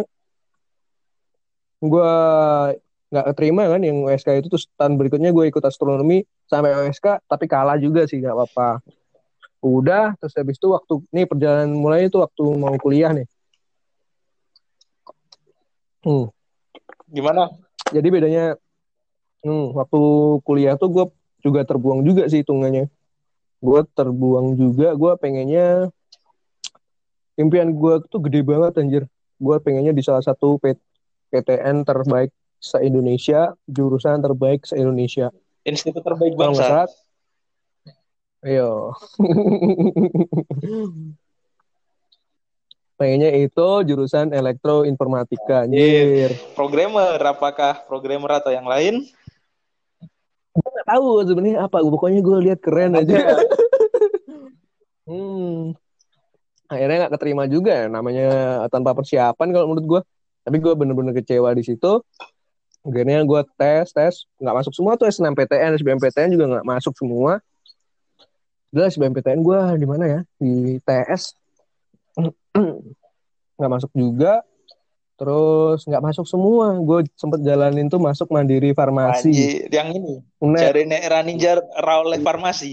[SPEAKER 1] gue nggak keterima kan yang O S K itu. Terus tahun berikutnya gue ikut astronomi sampai O S K tapi kalah juga sih, nggak apa-apa. Udah, terus habis itu waktu nih perjalanan mulai itu waktu mau kuliah nih. Hmm.
[SPEAKER 2] Gimana?
[SPEAKER 1] Jadi bedanya hmm, waktu kuliah tuh gue juga terbuang juga sih hitungannya. Gue terbuang juga, gue pengennya impian gue tuh gede banget anjir. Gue pengennya di salah satu P- PTN terbaik se-Indonesia, jurusan terbaik se-Indonesia.
[SPEAKER 2] Institut terbaik
[SPEAKER 1] Kalau nggak
[SPEAKER 2] bangsa.
[SPEAKER 1] salah, Ayo. Pengennya itu jurusan elektroinformatika,
[SPEAKER 2] Anjir.
[SPEAKER 1] anjir.
[SPEAKER 2] Programmer, apakah programmer atau yang lain?
[SPEAKER 1] Gak tahu sebenarnya apa, pokoknya gue lihat keren aja.
[SPEAKER 2] Ada.
[SPEAKER 1] Hmm, akhirnya nggak keterima juga ya, namanya tanpa persiapan kalau menurut gue. Tapi gue bener-bener kecewa di situ. Akhirnya gue tes tes nggak masuk semua tuh, S N M P T N, S B M P T N juga nggak masuk semua. Udah S B M P T N gue di mana ya, di T S nggak masuk juga. Terus nggak masuk semua. Gue sempet jalanin tuh masuk Mandiri Farmasi,
[SPEAKER 2] Anjir, yang ini.
[SPEAKER 1] UNER.
[SPEAKER 2] Jari nek Raninja Raoleh Farmasi.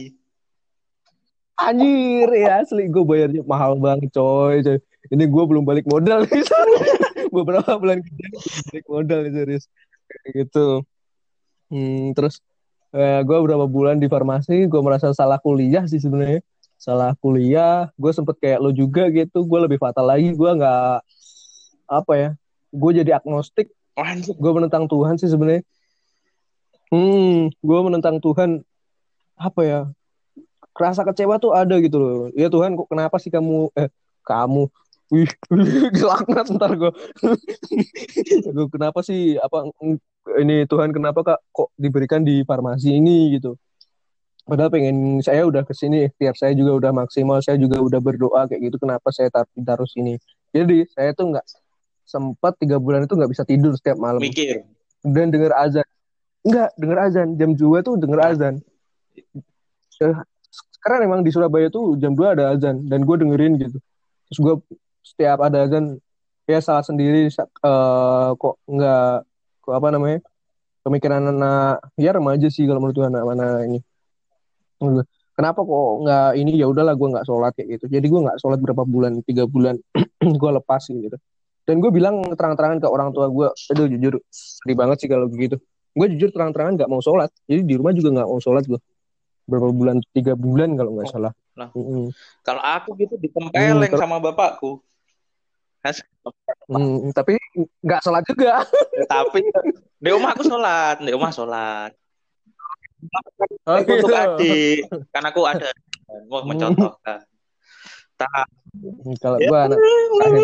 [SPEAKER 1] Anjir ya, asli gue bayarnya mahal banget coy, coy. Ini gue belum balik modal nih. Beberapa bulan kerja belum balik modal nih, serius. Kayak gitu. Hmm, terus eh, gue beberapa bulan di farmasi, gue merasa salah kuliah sih sebenarnya. Salah kuliah, gue sempet kayak lo juga gitu. Gue lebih fatal lagi, gue nggak apa ya. Gue jadi agnostik,
[SPEAKER 2] Anjir.
[SPEAKER 1] gue menentang Tuhan sih sebenarnya. Hmm, gue menentang Tuhan, apa ya? Rasa kecewa tuh ada gitu loh. Ya Tuhan, kok kenapa sih kamu eh kamu wih, laknat ntar gue. Gue kenapa sih apa ini Tuhan, kenapa Kak kok diberikan di farmasi ini gitu. Padahal pengen, saya udah kesini, ikhtiar saya juga udah maksimal, saya juga udah berdoa kayak gitu, kenapa saya tar- taruh sini. Jadi saya tuh nggak sempat tiga bulan itu nggak bisa tidur setiap malam
[SPEAKER 2] Mikir.
[SPEAKER 1] dan denger azan. Nggak denger azan, jam dua tuh denger
[SPEAKER 2] Nah,
[SPEAKER 1] azan. Eh, Karena memang di Surabaya tuh jam dua ada azan dan gue dengerin gitu. Terus gue setiap ada azan ya salah sendiri, sa- eh, kok nggak, kok apa namanya, pemikiran anak ya remaja sih kalau menurut gue, anak mana ini. Menurut gue, kenapa kok nggak ini, ya udahlah gue nggak sholat kayak gitu. Jadi gue nggak sholat berapa bulan, tiga bulan gue lepasin gitu. Dan gue bilang terang-terangan ke orang tua gue, aduh jujur sedih banget sih kalau begitu. Gue jujur terang-terangan nggak mau sholat. Jadi di rumah juga nggak mau sholat gue. Berapa bulan, tiga bulan kalau nggak
[SPEAKER 2] oh,
[SPEAKER 1] salah.
[SPEAKER 2] nah.
[SPEAKER 1] Mm-mm.
[SPEAKER 2] Kalau aku gitu
[SPEAKER 1] Hmm,
[SPEAKER 2] ditempeleng
[SPEAKER 1] ter-
[SPEAKER 2] sama bapakku. Has-
[SPEAKER 1] hmm, tapi nggak sholat juga.
[SPEAKER 2] Tapi di rumah aku sholat, di rumah sholat.
[SPEAKER 1] Oh
[SPEAKER 2] Untuk
[SPEAKER 1] gitu.
[SPEAKER 2] adik, karena aku ada mau
[SPEAKER 1] Hmm.
[SPEAKER 2] mencontohkan. Tak.
[SPEAKER 1] Kalau
[SPEAKER 2] Ya.
[SPEAKER 1] gue anak terakhir,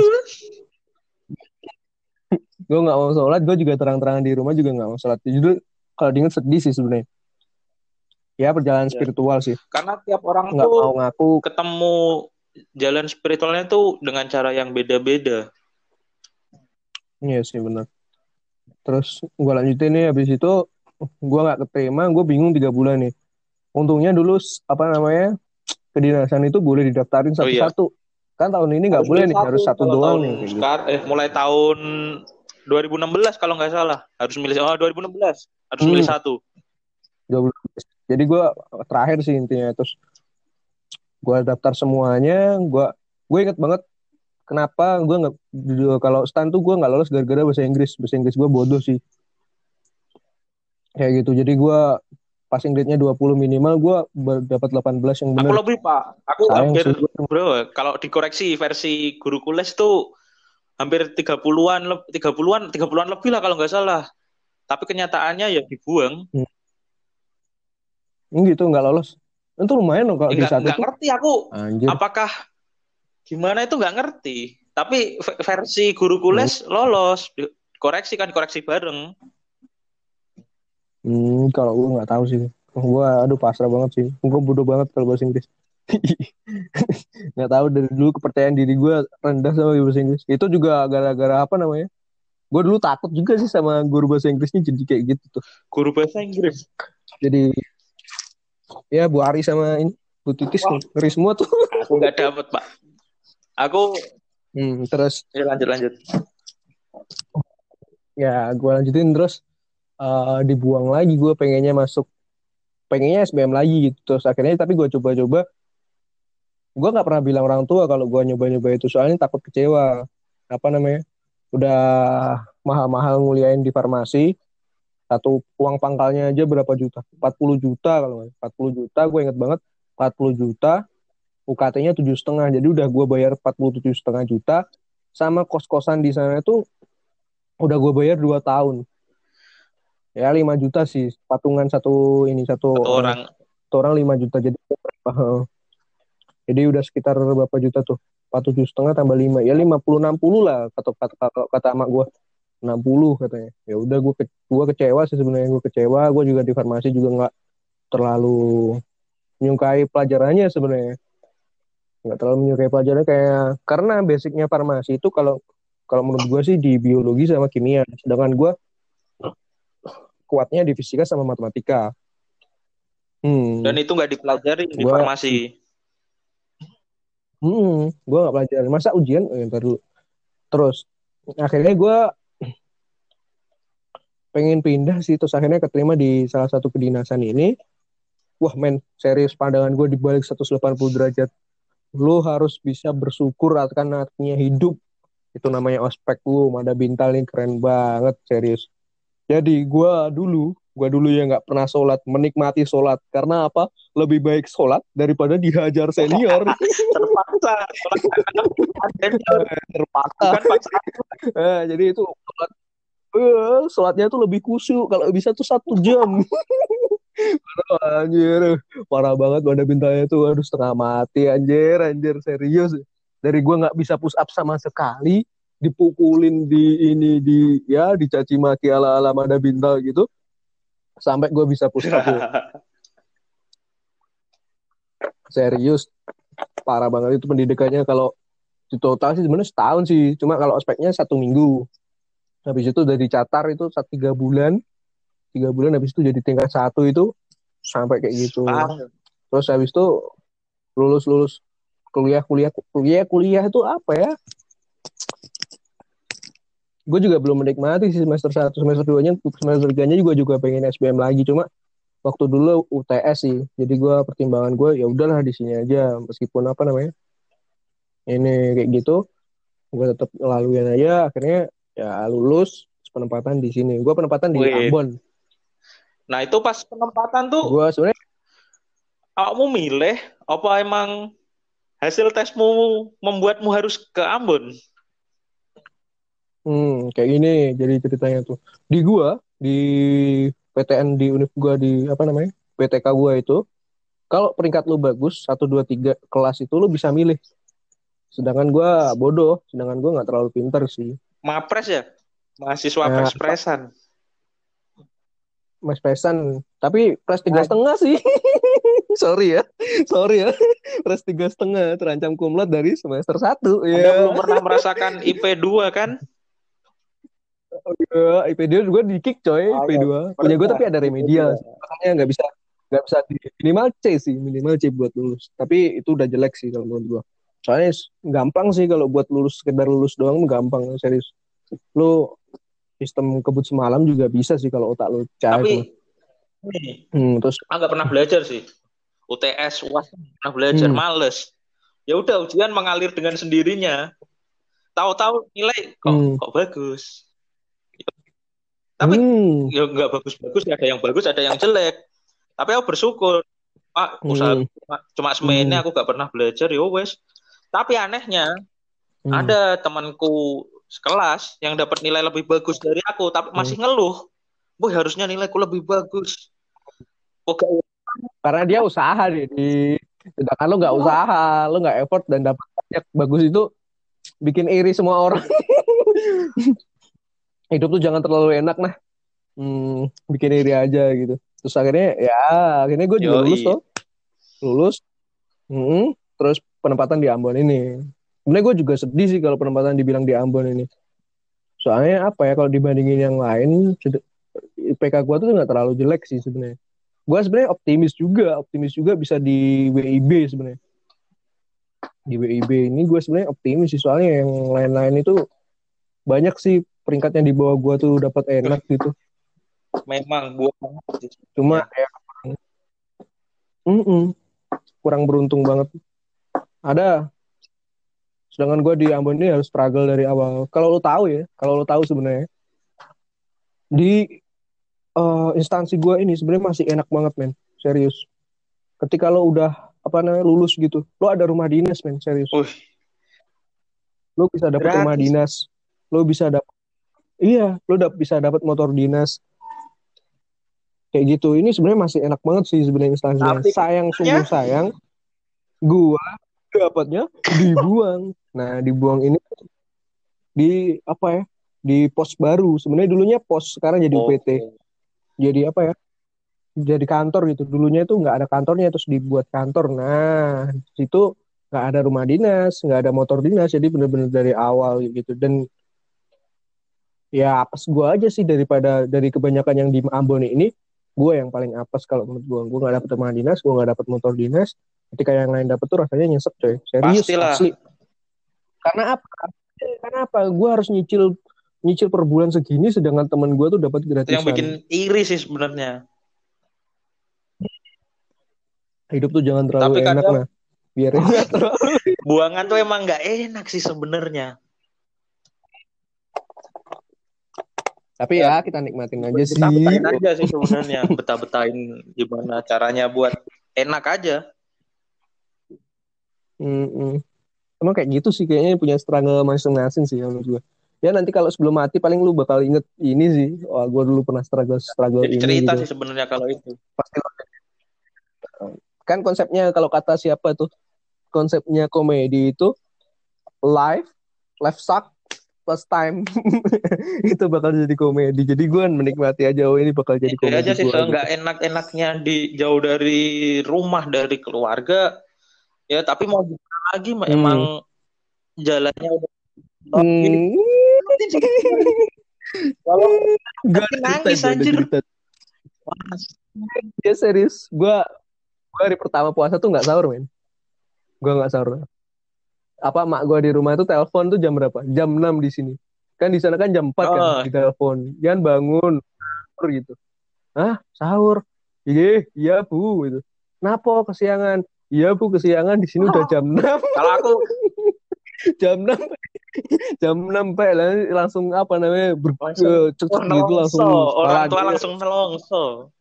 [SPEAKER 1] gue nggak mau sholat, gue juga terang-terangan di rumah juga nggak mau sholat. Jujur kalau diingat sedih sih sebenarnya. Ya perjalanan
[SPEAKER 2] Ya.
[SPEAKER 1] spiritual sih.
[SPEAKER 2] Karena tiap orang
[SPEAKER 1] Nggak
[SPEAKER 2] tuh
[SPEAKER 1] mau ngaku.
[SPEAKER 2] ketemu jalan spiritualnya tuh dengan cara yang beda-beda.
[SPEAKER 1] Iya sih benar. Terus gue lanjutin nih, habis itu gue nggak keterima, gue bingung tiga bulan nih. Untungnya dulu s- apa namanya, kedinasan itu boleh didaftarin
[SPEAKER 2] Oh iya,
[SPEAKER 1] satu-satu. Kan tahun ini nggak
[SPEAKER 2] harus
[SPEAKER 1] boleh
[SPEAKER 2] milih
[SPEAKER 1] nih,
[SPEAKER 2] satu
[SPEAKER 1] harus satu
[SPEAKER 2] kalau
[SPEAKER 1] doang
[SPEAKER 2] tahun
[SPEAKER 1] nih kayak gitu.
[SPEAKER 2] sekarang eh mulai tahun dua ribu enam belas kalau nggak salah harus milih oh dua ribu enam belas harus milih
[SPEAKER 1] Hmm,
[SPEAKER 2] satu.
[SPEAKER 1] dua puluh. Jadi gue terakhir sih intinya. Terus gue daftar semuanya. Gue gue inget banget kenapa gue nggak, kalau stan tuh gue nggak lolos gara-gara bahasa Inggris. Bahasa Inggris gue bodoh sih kayak gitu. Jadi gue passing grade-nya dua puluh minimal, gue dapat delapan belas yang
[SPEAKER 2] Aku
[SPEAKER 1] bener.
[SPEAKER 2] lebih Pak, aku
[SPEAKER 1] Sayang
[SPEAKER 2] hampir
[SPEAKER 1] sih gue.
[SPEAKER 2] bro kalau dikoreksi versi guru kules tuh hampir tiga puluhan-an leb- tiga puluhan-an tiga puluhan lebih lah kalau nggak salah. Tapi kenyataannya ya dibuang.
[SPEAKER 1] Hmm, gitu nggak lolos. Itu lumayan loh kalau
[SPEAKER 2] Eh,
[SPEAKER 1] D
[SPEAKER 2] nggak
[SPEAKER 1] satu
[SPEAKER 2] nggak
[SPEAKER 1] tuh.
[SPEAKER 2] ngerti aku
[SPEAKER 1] Anjir.
[SPEAKER 2] apakah gimana itu nggak ngerti. Tapi v- versi guru
[SPEAKER 1] Hmm,
[SPEAKER 2] kules lolos, dikoreksi kan dikoreksi bareng.
[SPEAKER 1] hmm, kalau gue nggak tahu sih. Gue aduh pasrah banget sih. Gue bodoh banget kalau bahasa Inggris. Nggak tahu, dari dulu kepercayaan diri gue rendah sama bahasa Inggris. Itu juga gara-gara apa namanya? Gue dulu takut juga sih sama guru bahasa Inggrisnya, jadi kayak gitu tuh.
[SPEAKER 2] Guru bahasa Inggris.
[SPEAKER 1] Jadi ya Bu Ari sama ini Bu Titis
[SPEAKER 2] Wah,
[SPEAKER 1] ngeri semua tuh.
[SPEAKER 2] aku nggak dapet Pak. Aku
[SPEAKER 1] Hmm, terus
[SPEAKER 2] ya lanjut lanjut.
[SPEAKER 1] ya gue lanjutin, terus eh, dibuang lagi, gue pengennya masuk, pengennya S B M lagi gitu. Terus akhirnya tapi gue coba-coba, gue nggak pernah bilang orang tua kalau gue nyoba-nyoba itu, soalnya takut kecewa. Apa namanya, udah mahal-mahal nguliain di farmasi, satu uang pangkalnya aja berapa juta, empat puluh juta kalau nggak, empat puluh juta gue inget banget, empat puluh juta, U K T-nya tujuh setengah, jadi udah gue bayar empat puluh tujuh setengah juta, sama kos-kosan di sana tuh udah gue bayar dua tahun, ya lima juta sih patungan, satu ini satu
[SPEAKER 2] Satu
[SPEAKER 1] orang,
[SPEAKER 2] orang.
[SPEAKER 1] satu orang lima juta, jadi Uh, jadi udah sekitar berapa juta tuh? Empat tujuh setengah tambah lima ya lima puluh enam puluh lah kata kata kata, kata emak gue enam puluh katanya. Ya udah gue ke, gue kecewa sih sebenarnya gue kecewa. Gue juga di farmasi juga nggak terlalu menyukai pelajarannya sebenarnya. Nggak terlalu menyukai pelajarannya kayak karena basicnya farmasi itu kalau kalau menurut gue sih di biologi sama kimia. Sedangkan gue kuatnya di fisika sama matematika.
[SPEAKER 2] Dan
[SPEAKER 1] Hmm,
[SPEAKER 2] itu nggak dipelajari di
[SPEAKER 1] gue
[SPEAKER 2] farmasi.
[SPEAKER 1] hmm, gue nggak pelajarin. Masa ujian? Eh, ntar dulu. Terus akhirnya gue pengen pindah sih. Terus akhirnya keterima di salah satu kedinasan ini. Wah men, serius pandangan gue dibalik seratus delapan puluh derajat. Lu harus bisa bersyukur akan artinya hidup. Itu namanya ospek. Uh, Mada Bintal nih keren banget, serius. Jadi gue dulu, gue dulu yang nggak pernah sholat, menikmati sholat. Karena apa? Lebih baik sholat daripada dihajar senior.
[SPEAKER 2] Terpaksa. Senior.
[SPEAKER 1] Terpaksa.
[SPEAKER 2] Bukan paksaan.
[SPEAKER 1] Eh, jadi itu sholat, eh, sholatnya tuh lebih khusyuk. Kalau bisa tuh satu jam. Anjir, parah banget Wanda Bintangnya tuh harus setengah mati anjir, anjir serius. Dari gua nggak bisa push up sama sekali, dipukulin di ini di ya dicaci maki ala-ala Wanda Bintang gitu, sampai gua bisa push up tuh. Serius, parah banget itu pendidikannya kalau di total sih sebenarnya setahun sih, cuma kalau aspeknya satu minggu. Habis itu udah dicatar itu satu tiga bulan, tiga bulan habis itu jadi tingkat satu itu sampai kayak gitu.
[SPEAKER 2] Parah.
[SPEAKER 1] Terus habis itu lulus lulus kuliah kuliah kuliah kuliah itu apa ya, gue juga belum menikmati sih semester satu semester duanya semester tiganya juga juga pengen S B M lagi cuma waktu dulu U T S sih jadi gue pertimbangan gue ya udahlah di sini aja meskipun apa namanya ini kayak gitu gue tetap ngelaluin aja akhirnya ya lulus penempatan di sini gue penempatan di
[SPEAKER 2] Wait.
[SPEAKER 1] Ambon.
[SPEAKER 2] Nah itu pas penempatan tuh
[SPEAKER 1] Gue sebenarnya
[SPEAKER 2] kamu milih apa emang hasil tesmu membuatmu harus ke Ambon?
[SPEAKER 1] hmm, kayak gini jadi ceritanya tuh di gue di P T N di univ gue di apa namanya P T K gue itu kalau peringkat lu bagus satu dua tiga kelas itu lu bisa milih. Sedangkan gue bodoh, sedangkan gue nggak terlalu pinter sih.
[SPEAKER 2] Mapres ya? Mahasiswa
[SPEAKER 1] Nah,
[SPEAKER 2] pres-presan.
[SPEAKER 1] Mas Pesan, tapi plus tiga
[SPEAKER 2] Nah,
[SPEAKER 1] setengah sih. Sorry ya, sorry ya. Plus tiga setengah terancam kumlot dari semester satu
[SPEAKER 2] Anda belum
[SPEAKER 1] ya.
[SPEAKER 2] pernah merasakan I P dua kan?
[SPEAKER 1] Yeah. I P dua juga di kick coy,
[SPEAKER 2] Ah,
[SPEAKER 1] I P
[SPEAKER 2] ya,
[SPEAKER 1] dua. Punya gue
[SPEAKER 2] pernah
[SPEAKER 1] tapi ada
[SPEAKER 2] I P dua.
[SPEAKER 1] remedial, makanya nggak bisa nggak bisa di minimal C sih, minimal C buat lulus. Tapi itu udah jelek sih kalau menurut gue. Soalnya gampang sih kalau buat lulus sekedar lulus doang gampang serius. Lu sistem kebut semalam juga bisa sih kalau otak lu cair
[SPEAKER 2] Tapi
[SPEAKER 1] tuh.
[SPEAKER 2] nih,
[SPEAKER 1] Hmm, terus
[SPEAKER 2] ah, nggak pernah belajar sih. U T S, U A S nggak pernah belajar,
[SPEAKER 1] hmm,
[SPEAKER 2] males. Ya udah ujian mengalir dengan sendirinya. Tahu-tahu nilai kok
[SPEAKER 1] hmm,
[SPEAKER 2] kok bagus. Tapi
[SPEAKER 1] hmm,
[SPEAKER 2] ya nggak bagus-bagus, ada yang bagus, ada yang jelek. Tapi aku bersyukur. Pak, usaha
[SPEAKER 1] hmm,
[SPEAKER 2] cuma, cuma semene
[SPEAKER 1] hmm,
[SPEAKER 2] aku gak pernah belajar, ya wes. Tapi anehnya,
[SPEAKER 1] hmm,
[SPEAKER 2] ada temanku sekelas yang dapat nilai lebih bagus dari aku, tapi
[SPEAKER 1] hmm.
[SPEAKER 2] masih ngeluh. Boy, harusnya nilaiku lebih bagus. Kok gak
[SPEAKER 1] Karena dia usaha deh di sedangkan lu nggak
[SPEAKER 2] ya?
[SPEAKER 1] usaha, lu nggak effort dan dapat banyak bagus itu bikin iri semua orang. Hidup tuh jangan terlalu enak nah. Hmm, bikin iri aja gitu. Terus akhirnya ya akhirnya gue juga lulus
[SPEAKER 2] Yoi.
[SPEAKER 1] tuh, lulus. Hmm, terus penempatan di Ambon ini. Sebenarnya gue juga sedih sih kalau penempatan dibilang di Ambon ini. Soalnya apa ya kalau dibandingin yang lain, I P K gue tuh nggak terlalu jelek sih sebenarnya. Gue sebenarnya optimis juga, optimis juga bisa di W I B sebenarnya. Di W I B ini gue sebenarnya optimis sih soalnya yang lain-lain itu banyak sih peringkatnya di bawah gue tuh dapat enak gitu.
[SPEAKER 2] Memang buat banget sih
[SPEAKER 1] Cuma
[SPEAKER 2] sebenarnya.
[SPEAKER 1] ya mm-mm, kurang beruntung banget. Ada, sedangkan gue di Ambon ini harus struggle dari awal. Kalau lo tahu ya, kalau lo tahu sebenarnya di eh, instansi gue ini sebenarnya masih enak banget men, serius. Ketika lo udah apa namanya lulus gitu, lo ada rumah dinas men, serius.
[SPEAKER 2] Wih,
[SPEAKER 1] Lo bisa dapat rumah
[SPEAKER 2] gratis.
[SPEAKER 1] dinas, lo bisa dapat iya, lo dap- bisa dapat motor dinas kayak gitu. Ini sebenarnya masih enak banget sih sebenarnya instansinya.
[SPEAKER 2] Tapi
[SPEAKER 1] Sayang
[SPEAKER 2] kenyataannya,
[SPEAKER 1] sungguh sayang. Gua dapatnya dibuang. Nah, dibuang ini di apa ya? Di pos baru. Sebenarnya dulunya pos, sekarang jadi U P T.
[SPEAKER 2] Oke.
[SPEAKER 1] Jadi apa ya? Jadi kantor gitu. Dulunya itu nggak ada kantornya, terus dibuat kantor. Nah, di situ nggak ada rumah dinas, nggak ada motor dinas. Jadi bener-bener dari awal gitu. Dan ya apes gue aja sih daripada dari kebanyakan yang di Ambon ini, gue yang paling apes kalau menurut gue. Gue nggak dapet rumah dinas, gue nggak dapet motor dinas. Ketika yang lain dapet tuh rasanya nyesek coy. Serius,
[SPEAKER 2] Pastilah.
[SPEAKER 1] asli. Karena apa? Karena apa? Gue harus nyicil nyicil per bulan segini, sedangkan teman gue tuh dapat
[SPEAKER 2] Itu yang bikin
[SPEAKER 1] gratisan.
[SPEAKER 2] iri sih sebenarnya.
[SPEAKER 1] Hidup tuh jangan terlalu
[SPEAKER 2] Tapi
[SPEAKER 1] enak,
[SPEAKER 2] kadang
[SPEAKER 1] nah. Biar enak terlalu.
[SPEAKER 2] buangan tuh emang nggak enak sih sebenarnya.
[SPEAKER 1] Tapi
[SPEAKER 2] Ya,
[SPEAKER 1] ya kita nikmatin aja
[SPEAKER 2] kita
[SPEAKER 1] sih.
[SPEAKER 2] betahin aja sih sebenarnya, betah-betahin gimana caranya buat enak aja.
[SPEAKER 1] Mm-mm. Emang kayak gitu sih kayaknya punya struggle masing-masing sih menurut gue. Ya nanti kalau sebelum mati paling lu bakal inget ini sih. Wah, gue dulu pernah struggle struggle
[SPEAKER 2] Jadi
[SPEAKER 1] ini
[SPEAKER 2] cerita
[SPEAKER 1] gitu.
[SPEAKER 2] sih sebenarnya kalau itu.
[SPEAKER 1] Pasti kan konsepnya kalau kata siapa tuh? Konsepnya komedi itu live, live suck plus time. Itu bakal jadi komedi. Jadi gue menikmati aja, oh ini bakal jadi
[SPEAKER 2] Itu aja
[SPEAKER 1] komedi
[SPEAKER 2] sih
[SPEAKER 1] gue gitu.
[SPEAKER 2] seenggak enak-enaknya di jauh dari rumah, dari keluarga. Ya tapi mau gimana lagi mah emang
[SPEAKER 1] Hmm.
[SPEAKER 2] jalannya udah jadi
[SPEAKER 1] Hmm.
[SPEAKER 2] nanti juga kalau
[SPEAKER 1] Gak
[SPEAKER 2] nanti
[SPEAKER 1] ada cerita,
[SPEAKER 2] nangis
[SPEAKER 1] gak ada
[SPEAKER 2] anjir.
[SPEAKER 1] cerita. Ya serius, gue gue hari pertama puasa tuh nggak sahur men. Gue nggak sahur. Apa mak gue di rumah itu telepon tuh jam berapa? Jam enam di sini. Kan di sana kan jam empat kan
[SPEAKER 2] Oh,
[SPEAKER 1] di telepon. Jangan bangun sahur gitu. Hah? Sahur? Iya, iya Bu gitu. Kenapa kesiangan? Iya Bu, kesiangan di sini udah jam enam.
[SPEAKER 2] kalau aku
[SPEAKER 1] Jam enam, jam enam Pak. Langsung apa namanya? Ber,
[SPEAKER 2] langsung
[SPEAKER 1] eh,
[SPEAKER 2] oh,
[SPEAKER 1] cek-cek gitu langsung
[SPEAKER 2] nelongso, orang
[SPEAKER 1] sholat.
[SPEAKER 2] tua
[SPEAKER 1] Iya,
[SPEAKER 2] langsung nelongso.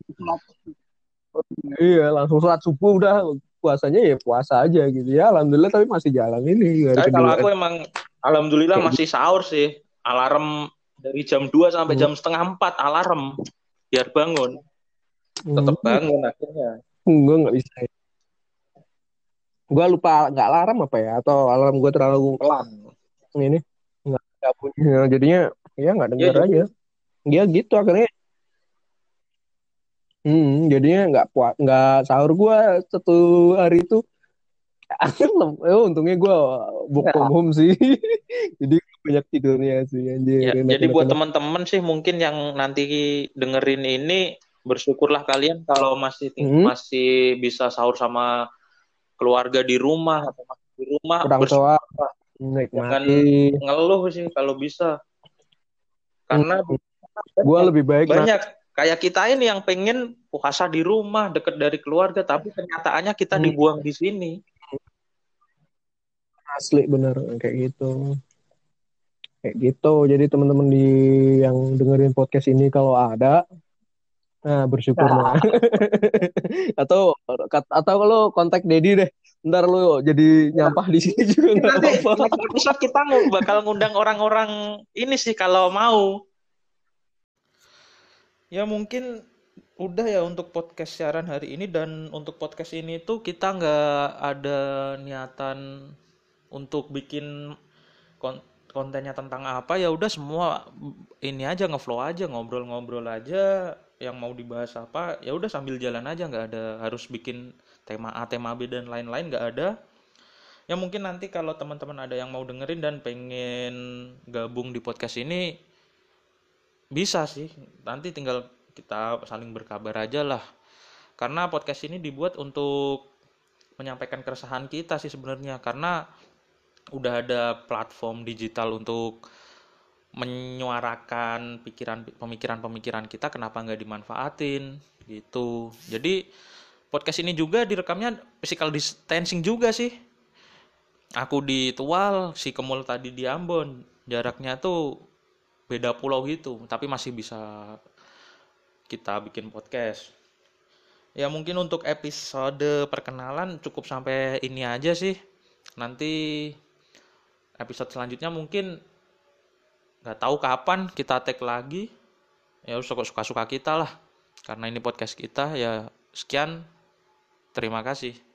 [SPEAKER 1] iya, langsung sholat subuh udah puasanya ya puasa aja gitu ya. Alhamdulillah tapi masih jalan ini hari
[SPEAKER 2] Tapi kalau
[SPEAKER 1] kedua
[SPEAKER 2] aku emang alhamdulillah
[SPEAKER 1] kayak
[SPEAKER 2] masih
[SPEAKER 1] gitu.
[SPEAKER 2] sahur sih. Alarm dari jam dua sampai
[SPEAKER 1] Hmm.
[SPEAKER 2] jam setengah empat alarm biar bangun.
[SPEAKER 1] Hmm.
[SPEAKER 2] Tetap bangun akhirnya.
[SPEAKER 1] Gue nggak bisa. Gue lupa nggak alarm apa ya, atau alarm gue terlalu
[SPEAKER 2] Pelan.
[SPEAKER 1] ini nggak nggak punya, jadinya ya nggak
[SPEAKER 2] Ya
[SPEAKER 1] denger
[SPEAKER 2] jadi
[SPEAKER 1] aja. Ya gitu akhirnya. Hmm, jadinya nggak puas nggak sahur gue satu hari itu. Oh, untungnya gue work from
[SPEAKER 2] ya,
[SPEAKER 1] home sih. Jadi banyak tidurnya sih anjir,
[SPEAKER 2] ya,
[SPEAKER 1] enak
[SPEAKER 2] jadi
[SPEAKER 1] enak
[SPEAKER 2] buat
[SPEAKER 1] enak.
[SPEAKER 2] teman-teman sih mungkin yang nanti dengerin ini bersyukurlah kalian kalau masih ting-
[SPEAKER 1] Hmm,
[SPEAKER 2] masih bisa sahur sama keluarga di rumah atau masih di rumah
[SPEAKER 1] orang tua
[SPEAKER 2] bersyukurlah. Jangan
[SPEAKER 1] nikmati.
[SPEAKER 2] ngeluh sih kalau bisa.
[SPEAKER 1] Hmm,
[SPEAKER 2] Karena
[SPEAKER 1] gue
[SPEAKER 2] banyak,
[SPEAKER 1] lebih baik nah
[SPEAKER 2] banyak kayak kita ini yang pengen puasa di rumah dekat dari keluarga, tapi kenyataannya kita
[SPEAKER 1] hmm,
[SPEAKER 2] dibuang di sini.
[SPEAKER 1] asli bener kayak gitu. Kayak gitu. Jadi teman-teman di yang dengerin podcast ini kalau ada, nah bersyukur nah.
[SPEAKER 2] Nah,
[SPEAKER 1] atau atau lo kontak Dedi deh. Ntar lo jadi nyampah di sini juga
[SPEAKER 2] mungkin
[SPEAKER 1] nggak
[SPEAKER 2] nanti
[SPEAKER 1] apa-apa.
[SPEAKER 2] next episode kita ngu- bakal ngundang orang-orang ini sih kalau mau. Ya mungkin udah ya untuk podcast siaran hari ini, dan untuk podcast ini tuh kita nggak ada niatan untuk bikin kon- kontennya tentang apa, ya udah semua ini aja ngeflow aja, ngobrol-ngobrol aja yang mau dibahas apa ya udah sambil jalan aja, nggak ada harus bikin tema A tema B dan lain-lain, nggak ada. Ya mungkin nanti kalau teman-teman ada yang mau dengerin dan pengen gabung di podcast ini bisa sih, nanti tinggal kita saling berkabar aja lah, karena podcast ini dibuat untuk menyampaikan keresahan kita sih sebenarnya, karena udah ada platform digital untuk menyuarakan pikiran pemikiran-pemikiran kita, kenapa nggak dimanfaatin gitu. Jadi podcast ini juga direkamnya physical distancing juga sih. Aku di Tual, si Kemul tadi di Ambon, jaraknya tuh beda pulau gitu, tapi masih bisa kita bikin podcast. Ya mungkin untuk episode perkenalan cukup sampai ini aja sih. Nanti episode selanjutnya mungkin nggak tahu kapan kita tag lagi. Ya suka-suka kita lah. Karena ini podcast kita ya. Sekian, terima kasih.